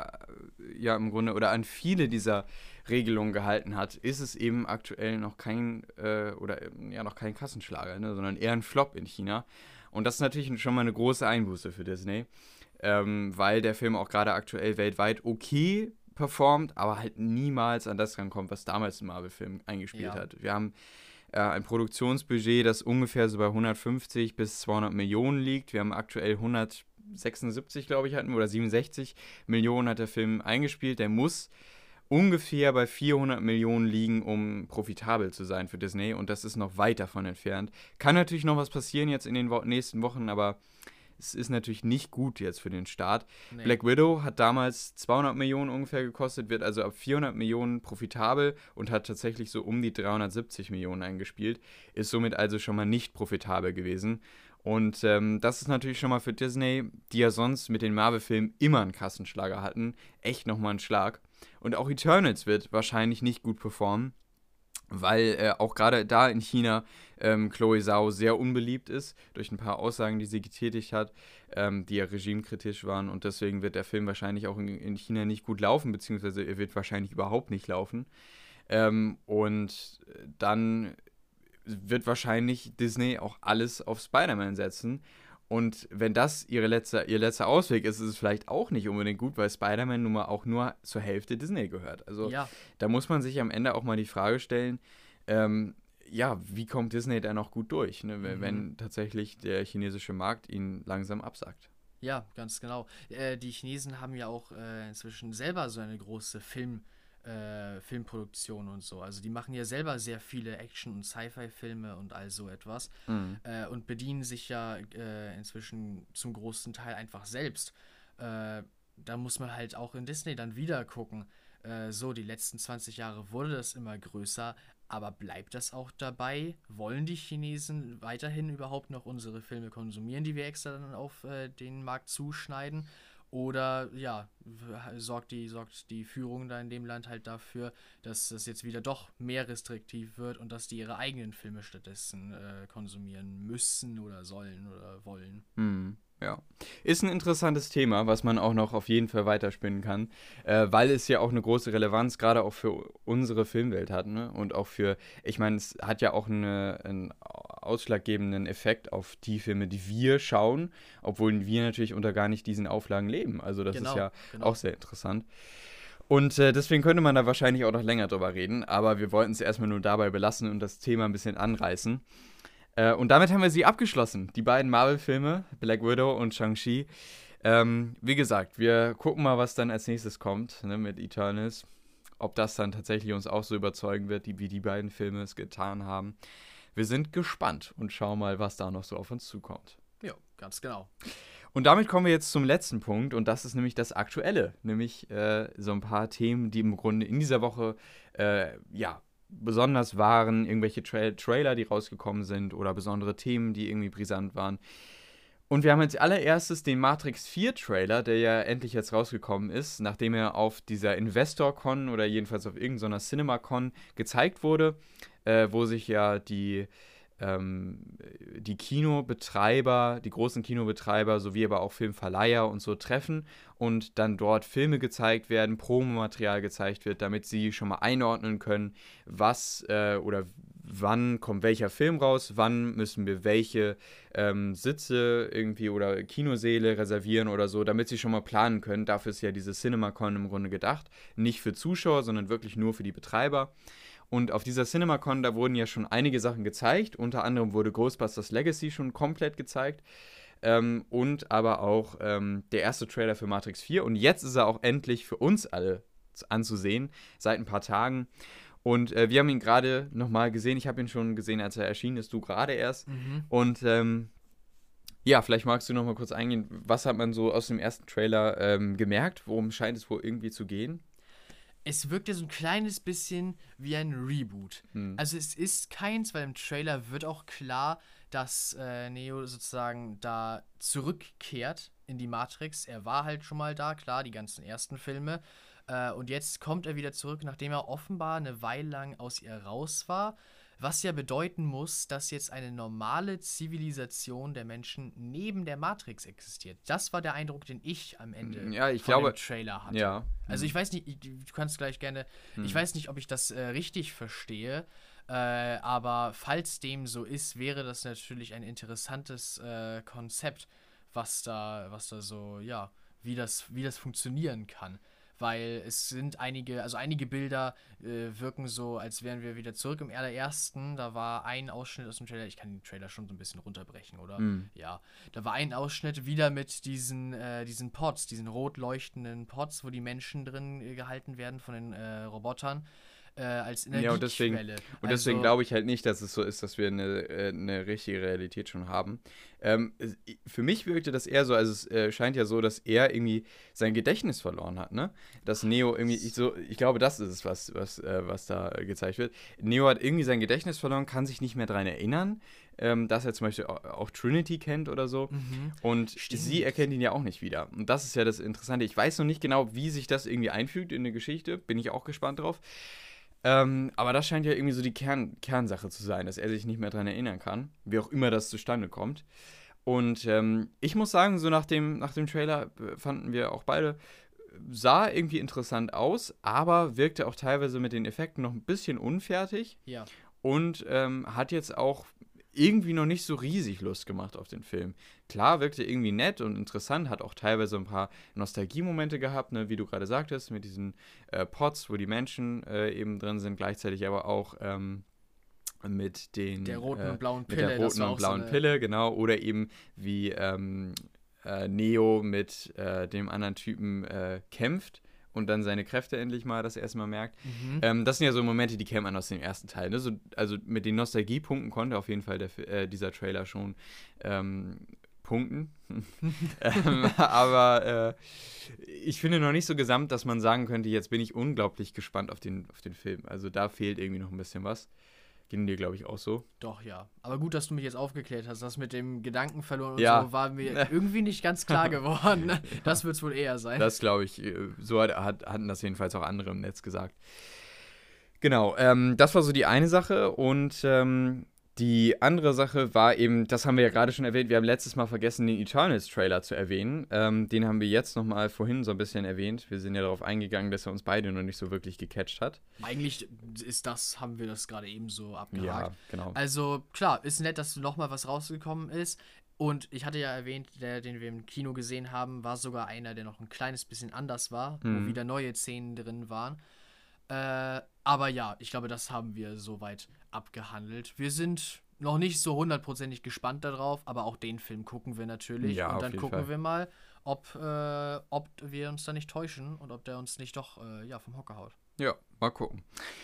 ja im Grunde, oder an viele dieser Regelungen gehalten hat, ist es eben aktuell noch kein, äh, oder ähm, ja noch kein Kassenschlager, ne, sondern eher ein Flop in China. Und das ist natürlich schon mal eine große Einbuße für Disney, ähm, weil der Film auch gerade aktuell weltweit okay performt, aber halt niemals an das rankommt, was damals ein Marvel-Film eingespielt ja. hat. Wir haben äh, ein Produktionsbudget, das ungefähr so bei hundertfünfzig bis zweihundert Millionen liegt. Wir haben aktuell hundertsechsundsiebzig, glaube ich, hatten wir, oder siebenundsechzig Millionen hat der Film eingespielt. Der muss ungefähr bei vierhundert Millionen liegen, um profitabel zu sein für Disney. Und das ist noch weit davon entfernt. Kann natürlich noch was passieren jetzt in den wo- nächsten Wochen, aber es ist natürlich nicht gut jetzt für den Start. Nee. Black Widow hat damals zweihundert Millionen ungefähr gekostet, wird also ab vierhundert Millionen profitabel und hat tatsächlich so um die dreihundertsiebzig Millionen eingespielt. Ist somit also schon mal nicht profitabel gewesen. Und ähm, das ist natürlich schon mal für Disney, die ja sonst mit den Marvel-Filmen immer einen Kassenschlager hatten, echt nochmal ein Schlag. Und auch Eternals wird wahrscheinlich nicht gut performen, weil äh, auch gerade da in China ähm, Chloe Zhao sehr unbeliebt ist, durch ein paar Aussagen, die sie getätigt hat, ähm, die ja regimekritisch waren. Und deswegen wird der Film wahrscheinlich auch in, in China nicht gut laufen, beziehungsweise er wird wahrscheinlich überhaupt nicht laufen. Ähm, und dann wird wahrscheinlich Disney auch alles auf Spider-Man setzen. Und wenn das ihre letzte, ihr letzter Ausweg ist, ist es vielleicht auch nicht unbedingt gut, weil Spider-Man nun mal auch nur zur Hälfte Disney gehört. Also Ja, da muss man sich am Ende auch mal die Frage stellen, ähm, ja, wie kommt Disney da noch gut durch, ne? wenn, Mhm. wenn tatsächlich der chinesische Markt ihn langsam absagt. Ja, ganz genau. Äh, die Chinesen haben ja auch äh, inzwischen selber so eine große Film, äh, Filmproduktion und so. Also die machen ja selber sehr viele Action- und Sci-Fi-Filme und all so etwas Mhm. äh, und bedienen sich ja äh, inzwischen zum großen Teil einfach selbst. Äh, Da muss man halt auch in Disney dann wieder gucken. Äh, so, die letzten zwanzig Jahre wurde das immer größer, aber bleibt das auch dabei? Wollen die Chinesen weiterhin überhaupt noch unsere Filme konsumieren, die wir extra dann auf äh, den Markt zuschneiden? Oder ja, w- sorgt die, sorgt die Führung da in dem Land halt dafür, dass das jetzt wieder doch mehr restriktiv wird und dass die ihre eigenen Filme stattdessen äh, konsumieren müssen oder sollen oder wollen? Hm, ja. Ist ein interessantes Thema, was man auch noch auf jeden Fall weiterspinnen kann, äh, weil es ja auch eine große Relevanz gerade auch für unsere Filmwelt hat, ne? Und auch für, ich meine, es hat ja auch eine, einen ausschlaggebenden Effekt auf die Filme, die wir schauen, obwohl wir natürlich unter gar nicht diesen Auflagen leben. Also das ist Genau, ja auch genau. sehr interessant. Und äh, deswegen könnte man da wahrscheinlich auch noch länger drüber reden, aber wir wollten es erstmal nur dabei belassen und das Thema ein bisschen anreißen. Äh, und damit haben wir sie abgeschlossen. Die beiden Marvel-Filme, Black Widow und Shang-Chi. Ähm, wie gesagt, wir gucken mal, was dann als nächstes kommt, ne, mit Eternals. Ob das dann tatsächlich uns auch so überzeugen wird, die, wie die beiden Filme es getan haben. Wir sind gespannt und schauen mal, was da noch so auf uns zukommt. Ja, ganz genau. Und damit kommen wir jetzt zum letzten Punkt und das ist nämlich das Aktuelle. Nämlich äh, so ein paar Themen, die im Grunde in dieser Woche äh, ja, besonders waren, irgendwelche Tra Trailer, die rausgekommen sind oder besondere Themen, die irgendwie brisant waren. Und wir haben als allererstes den Matrix vier Trailer, der ja endlich jetzt rausgekommen ist, nachdem er auf dieser InvestorCon oder jedenfalls auf irgendeiner CinemaCon gezeigt wurde, äh, wo sich ja die, ähm, die Kinobetreiber, die großen Kinobetreiber sowie aber auch Filmverleiher und so treffen und dann dort Filme gezeigt werden, Promomaterial gezeigt wird, damit sie schon mal einordnen können, was äh, oder wann kommt welcher Film raus, wann müssen wir welche ähm, Sitze irgendwie oder Kinosäle reservieren oder so, damit sie schon mal planen können. Dafür ist ja diese CinemaCon im Grunde gedacht. Nicht für Zuschauer, sondern wirklich nur für die Betreiber. Und auf dieser CinemaCon, da wurden ja schon einige Sachen gezeigt. Unter anderem wurde Ghostbusters Legacy schon komplett gezeigt. Ähm, und aber auch ähm, der erste Trailer für Matrix vier. Und jetzt ist er auch endlich für uns alle anzusehen, seit ein paar Tagen. Und äh, wir haben ihn gerade nochmal gesehen. Ich habe ihn schon gesehen, als er erschienen ist, du gerade erst. Mhm. Und ähm, ja, vielleicht magst du nochmal kurz eingehen. Was hat man so aus dem ersten Trailer ähm, gemerkt? Worum scheint es wohl irgendwie zu gehen? Es wirkt ja so ein kleines bisschen wie ein Reboot. Hm. Also es ist keins, weil im Trailer wird auch klar, dass äh, Neo sozusagen da zurückkehrt in die Matrix. Er war halt schon mal da, klar, die ganzen ersten Filme. Äh, und jetzt kommt er wieder zurück, nachdem er offenbar eine Weile lang aus ihr raus war. Was ja bedeuten muss, dass jetzt eine normale Zivilisation der Menschen neben der Matrix existiert. Das war der Eindruck, den ich am Ende Ja, ich von glaube, dem Trailer hatte. ja. Also Hm. ich weiß nicht, ich- du kannst gleich gerne, ich Hm. weiß nicht, ob ich das äh, richtig verstehe, äh, aber falls dem so ist, wäre das natürlich ein interessantes äh, Konzept, was da, was da so, ja, wie das, wie das funktionieren kann. Weil es sind einige, also einige Bilder äh, wirken so, als wären wir wieder zurück im allerersten. Da war ein Ausschnitt aus dem Trailer, ich kann den Trailer schon so ein bisschen runterbrechen, oder? Hm. Ja, da war ein Ausschnitt wieder mit diesen, äh, diesen Pods, diesen rot leuchtenden Pods, wo die Menschen drin äh, gehalten werden von den äh, Robotern äh, als Ja, und deswegen, Energiequelle. und deswegen Also, glaube ich halt nicht, dass es so ist, dass wir eine, äh, eine richtige Realität schon haben. Ähm, es- für mich wirkte das eher so, also es äh, scheint ja so, dass er irgendwie sein Gedächtnis verloren hat, ne? Dass Neo irgendwie, ich, so, ich glaube, das ist es, was, was, äh, was da gezeigt wird. Neo hat irgendwie sein Gedächtnis verloren, kann sich nicht mehr daran erinnern, ähm, dass er zum Beispiel auch, auch Trinity kennt oder so. mhm, Und stimmt. sie erkennt ihn ja auch nicht wieder. Und das ist ja das Interessante. Ich weiß noch nicht genau, wie sich das irgendwie einfügt in eine Geschichte. Bin ich auch gespannt drauf. Ähm, aber das scheint ja irgendwie so die Kern Kernsache zu sein, dass er sich nicht mehr daran erinnern kann, wie auch immer das zustande kommt. Und ähm, ich muss sagen, so nach dem, nach dem Trailer äh, fanden wir auch beide, äh, sah irgendwie interessant aus, aber wirkte auch teilweise mit den Effekten noch ein bisschen unfertig Ja. und ähm, hat jetzt auch irgendwie noch nicht so riesig Lust gemacht auf den Film. Klar, wirkte irgendwie nett und interessant, hat auch teilweise ein paar Nostalgiemomente gehabt, ne, wie du gerade sagtest, mit diesen äh, Pods, wo die Menschen äh, eben drin sind, gleichzeitig aber auch ähm, mit den Der roten äh, und blauen mit Pille. der das roten war und auch blauen so eine, Pille, genau. Oder eben wie ähm, äh, Neo mit äh, dem anderen Typen äh, kämpft und dann seine Kräfte endlich mal das erste Mal merkt. Mhm. Ähm, das sind ja so Momente, die kennt man aus dem ersten Teil. Ne? So, also mit den Nostalgiepunkten konnte auf jeden Fall der, äh, dieser Trailer schon ähm, punkten. ähm, aber äh, ich finde noch nicht so gesamt, dass man sagen könnte, jetzt bin ich unglaublich gespannt auf den, auf den Film. Also da fehlt irgendwie noch ein bisschen was. Ging dir, glaube ich, auch so. Doch, ja. Aber gut, dass du mich jetzt aufgeklärt hast. Das mit dem Gedanken verloren und Ja. so war mir irgendwie nicht ganz klar geworden. Das wird es wohl eher sein. Das glaube ich, so hat, hat, hatten das jedenfalls auch andere im Netz gesagt. Genau, ähm, das war so die eine Sache und ähm, die andere Sache war eben, das haben wir ja gerade schon erwähnt, wir haben letztes Mal vergessen, den Eternals-Trailer zu erwähnen. Ähm, den haben wir jetzt nochmal vorhin so ein bisschen erwähnt. Wir sind ja darauf eingegangen, dass er uns beide noch nicht so wirklich gecatcht hat. Eigentlich ist das, haben wir das gerade eben so abgehakt. Ja, genau. Also klar, ist nett, dass nochmal was rausgekommen ist. Und ich hatte ja erwähnt, der, den wir im Kino gesehen haben, war sogar einer, der noch ein kleines bisschen anders war, Mhm. wo wieder neue Szenen drin waren. Äh, aber ja, ich glaube, das haben wir soweit abgehandelt. Wir sind noch nicht so hundertprozentig gespannt darauf, aber auch den Film gucken wir natürlich. Ja, und auf dann jeden gucken Fall. wir mal, ob, äh, ob wir uns da nicht täuschen und ob der uns nicht doch äh, ja, vom Hocker haut. Ja, mal gucken.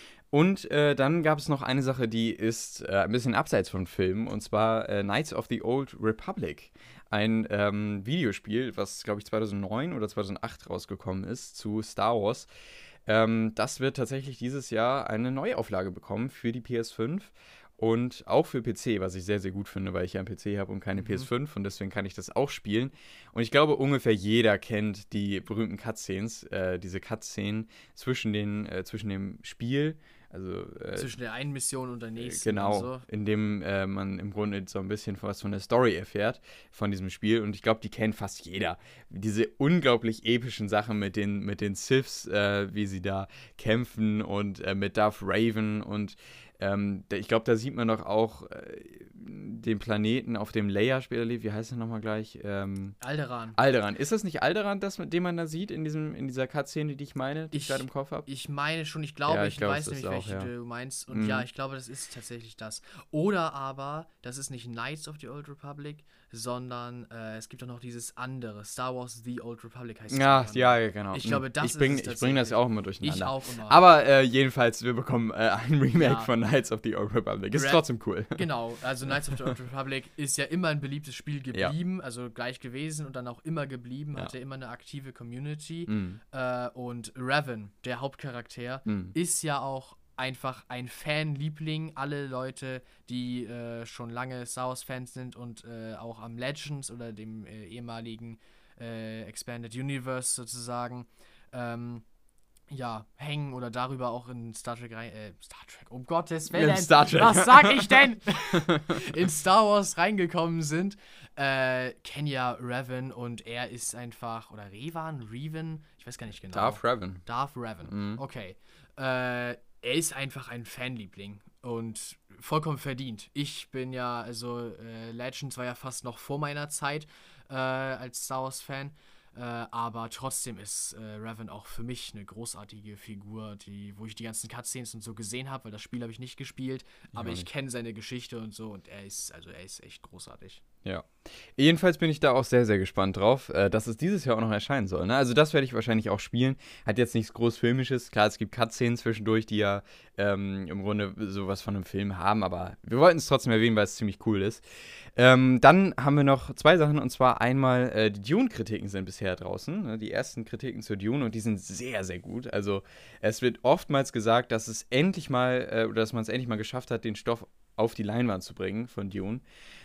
Und äh, dann gab es noch eine Sache, die ist äh, ein bisschen abseits von Filmen, und zwar äh, Knights of the Old Republic. Ein ähm, Videospiel, was, glaube ich, zweitausendneun oder zweitausendacht rausgekommen ist zu Star Wars. Ähm, das wird tatsächlich dieses Jahr eine Neuauflage bekommen für die P S fünf und auch für P C, was ich sehr, sehr gut finde, weil ich ja einen P C habe und keine Mhm. P S fünf und deswegen kann ich das auch spielen. Und ich glaube, ungefähr jeder kennt die berühmten Cutscenes, äh, diese Cutscenen zwischen, den, äh, zwischen dem Spiel, also äh, Zwischen der einen Mission und der nächsten. genau, Und so. in dem äh, man im Grunde so ein bisschen was von der Story erfährt von diesem Spiel. Und ich glaube, die kennt fast jeder. Diese unglaublich epischen Sachen mit den, mit den Siths, äh, wie sie da kämpfen und äh, mit Darth Raven. Und ähm, ich glaube, da sieht man doch auch äh, den Planeten, auf dem Leia später lebt. Wie heißt der nochmal gleich? Ähm, Alderaan. Alderaan. Ist das nicht Alderaan, das, den man da sieht in, diesem, in dieser Cutscene, die ich meine, die ich, Ich- gerade im Kopf habe? Ich meine schon, ich glaube, Ja, ich, ich glaube, weiß es ist nämlich, auch, welche ja. du meinst. Und Mhm. ja, ich glaube, das ist tatsächlich das. Oder aber, das ist nicht Knights of the Old Republic, sondern äh, es gibt auch noch dieses andere, Star Wars The Old Republic heißt es. Ja, irgendwann ja, mal. ja, genau. Ich glaube, das ich bring, ist es Ich bringe das ja tatsächlich. auch immer Ich durcheinander. auch immer. Aber äh, jedenfalls, wir bekommen äh, ein Remake Ja. von Knights of the Old Republic. Ist Ra- trotzdem cool. Genau, also Knights of the Old Republic ist ja immer ein beliebtes Spiel geblieben, also gleich gewesen und dann auch immer geblieben, Ja. hatte immer eine aktive Community. Mm, Äh, und Revan, der Hauptcharakter, mm. ist ja auch einfach ein Fanliebling. Alle Leute, die äh, schon lange Star Wars-Fans sind und äh, auch am Legends oder dem äh, ehemaligen äh, Expanded Universe sozusagen, ähm, ja, hängen oder darüber auch in Star Trek rein, äh, Star Trek, um Gottes Willen, In Star Trek. was sag ich denn? in Star Wars reingekommen sind, äh, kennen ja Revan und er ist einfach, oder Revan, Revan, ich weiß gar nicht genau. Darth Revan. Darth Revan, Mhm. okay. Äh, er ist einfach ein Fanliebling und vollkommen verdient. Ich bin ja, also äh, Legends war ja fast noch vor meiner Zeit äh, als Star Wars-Fan. Äh, aber trotzdem ist äh, Revan auch für mich eine großartige Figur, die, wo ich die ganzen Cutscenes und so gesehen habe, weil das Spiel habe ich nicht gespielt, aber auch ich nicht. kenne seine Geschichte und so und er ist, also er ist echt großartig. Ja. Jedenfalls bin ich da auch sehr, sehr gespannt drauf, äh, dass es dieses Jahr auch noch erscheinen soll. Ne? Also das werde ich wahrscheinlich auch spielen. Hat jetzt nichts groß Filmisches. Klar, es gibt Cutscenes zwischendurch, die ja ähm, im Grunde sowas von einem Film haben, aber wir wollten es trotzdem erwähnen, weil es ziemlich cool ist. Ähm, dann haben wir noch zwei Sachen, und zwar einmal äh, die Dune-Kritiken sind bisher draußen. Ne? Die ersten Kritiken zur Dune, und die sind sehr, sehr gut. Also es wird oftmals gesagt, dass es endlich mal, äh, oder dass man es endlich mal geschafft hat, den Stoff auf die Leinwand zu bringen von Dune.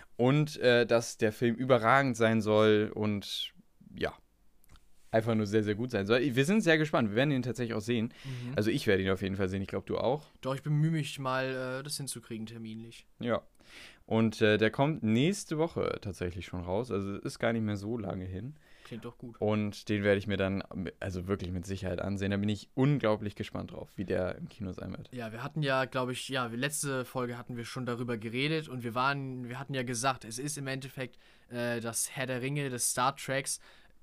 Und äh, dass der Film überragend sein soll und ja, einfach nur sehr, sehr gut sein soll. Wir sind sehr gespannt. Wir werden ihn tatsächlich auch sehen. Mhm. Also ich werde ihn auf jeden Fall sehen. Ich glaube, du auch. Doch, ich bemühe mich mal, äh, das hinzukriegen, terminlich. Ja. Und äh, der kommt nächste Woche tatsächlich schon raus. Also es ist gar nicht mehr so lange hin. Klingt doch gut. Und den werde ich mir dann also wirklich mit Sicherheit ansehen. Da bin ich unglaublich gespannt drauf, wie der im Kino sein wird. Ja, wir hatten ja, glaube ich, ja, letzte Folge hatten wir schon darüber geredet und wir waren, wir hatten ja gesagt, es ist im Endeffekt äh, das Herr der Ringe des Star Treks.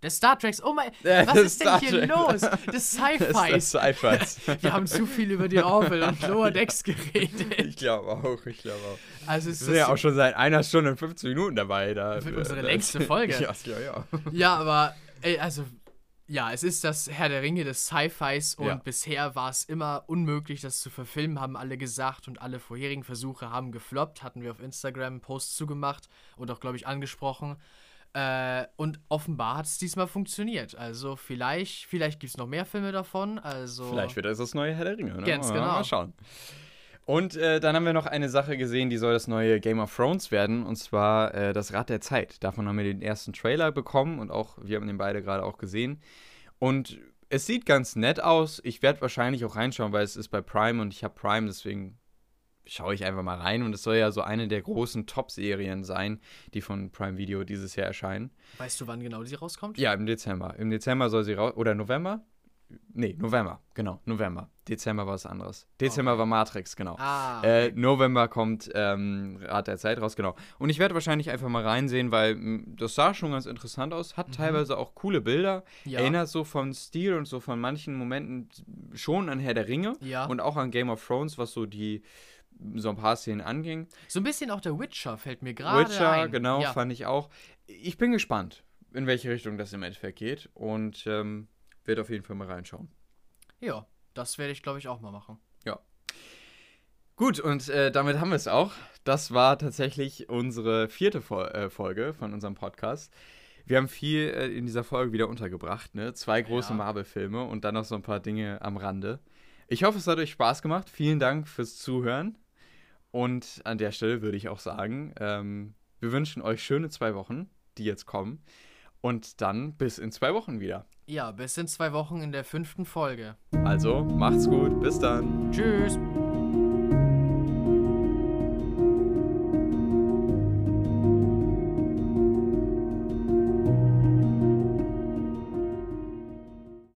Des Star Treks. Oh mein, Äh, was des ist denn Star hier Trek. los? Des Sci-Fis. Des Sci-Fis. Wir haben zu viel über die Orville und Lower Decks geredet. Ich glaube auch, ich glaube auch. Also es Wir sind ja auch schon seit einer Stunde und fünfzehn Minuten dabei. Da, Für unsere das, längste Folge. Ja, ja, ja. Ja, aber, ey, also, ja, es ist das Herr der Ringe des Sci-Fis und Ja. bisher war es immer unmöglich, das zu verfilmen, haben alle gesagt und alle vorherigen Versuche haben gefloppt, hatten wir auf Instagram einen Post zugemacht und auch, glaube ich, angesprochen. Äh, und offenbar hat es diesmal funktioniert. Also vielleicht, vielleicht gibt es noch mehr Filme davon. Also Vielleicht wird das das neue Herr der Ringe, ne? Ganz Ja, genau. Mal schauen. Und äh, dann haben wir noch eine Sache gesehen, die soll das neue Game of Thrones werden, und zwar äh, das Rad der Zeit. Davon haben wir den ersten Trailer bekommen und auch, wir haben den beide gerade auch gesehen. Und es sieht ganz nett aus. Ich werde wahrscheinlich auch reinschauen, weil es ist bei Prime und ich habe Prime, deswegen schaue ich einfach mal rein. Und es soll ja so eine der großen Top-Serien sein, die von Prime Video dieses Jahr erscheinen. weißt du, wann genau die rauskommt? Ja, im Dezember. Im Dezember soll sie raus. Oder November? Nee, November. Genau, November. Dezember war was anderes. Dezember Okay. war Matrix, genau. Ah, Äh, okay. November kommt ähm, Rat der Zeit raus, genau. Und ich werde wahrscheinlich einfach mal reinsehen, weil m, das sah schon ganz interessant aus. Hat Mhm. teilweise auch coole Bilder. Ja. Erinnert so von Stil und so von manchen Momenten schon an Herr der Ringe. Ja. Und auch an Game of Thrones, was so die so ein paar Szenen anging. So ein bisschen auch der Witcher fällt mir gerade Witcher, ein. genau, Ja. fand ich auch. Ich bin gespannt, in welche Richtung das im Endeffekt geht. Und ähm, werde auf jeden Fall mal reinschauen. Ja, das werde ich, glaube ich, auch mal machen. Gut, und äh, damit haben wir es auch. Das war tatsächlich unsere vierte Fol äh, Folge von unserem Podcast. Wir haben viel äh, in dieser Folge wieder untergebracht, ne? Zwei große Ja. Marvel-Filme und dann noch so ein paar Dinge am Rande. Ich hoffe, es hat euch Spaß gemacht. Vielen Dank fürs Zuhören. Und an der Stelle würde ich auch sagen, ähm, wir wünschen euch schöne zwei Wochen, die jetzt kommen. Und dann bis in zwei Wochen wieder. Ja, bis in zwei Wochen in der fünften Folge. Also, macht's gut. Bis dann. Tschüss.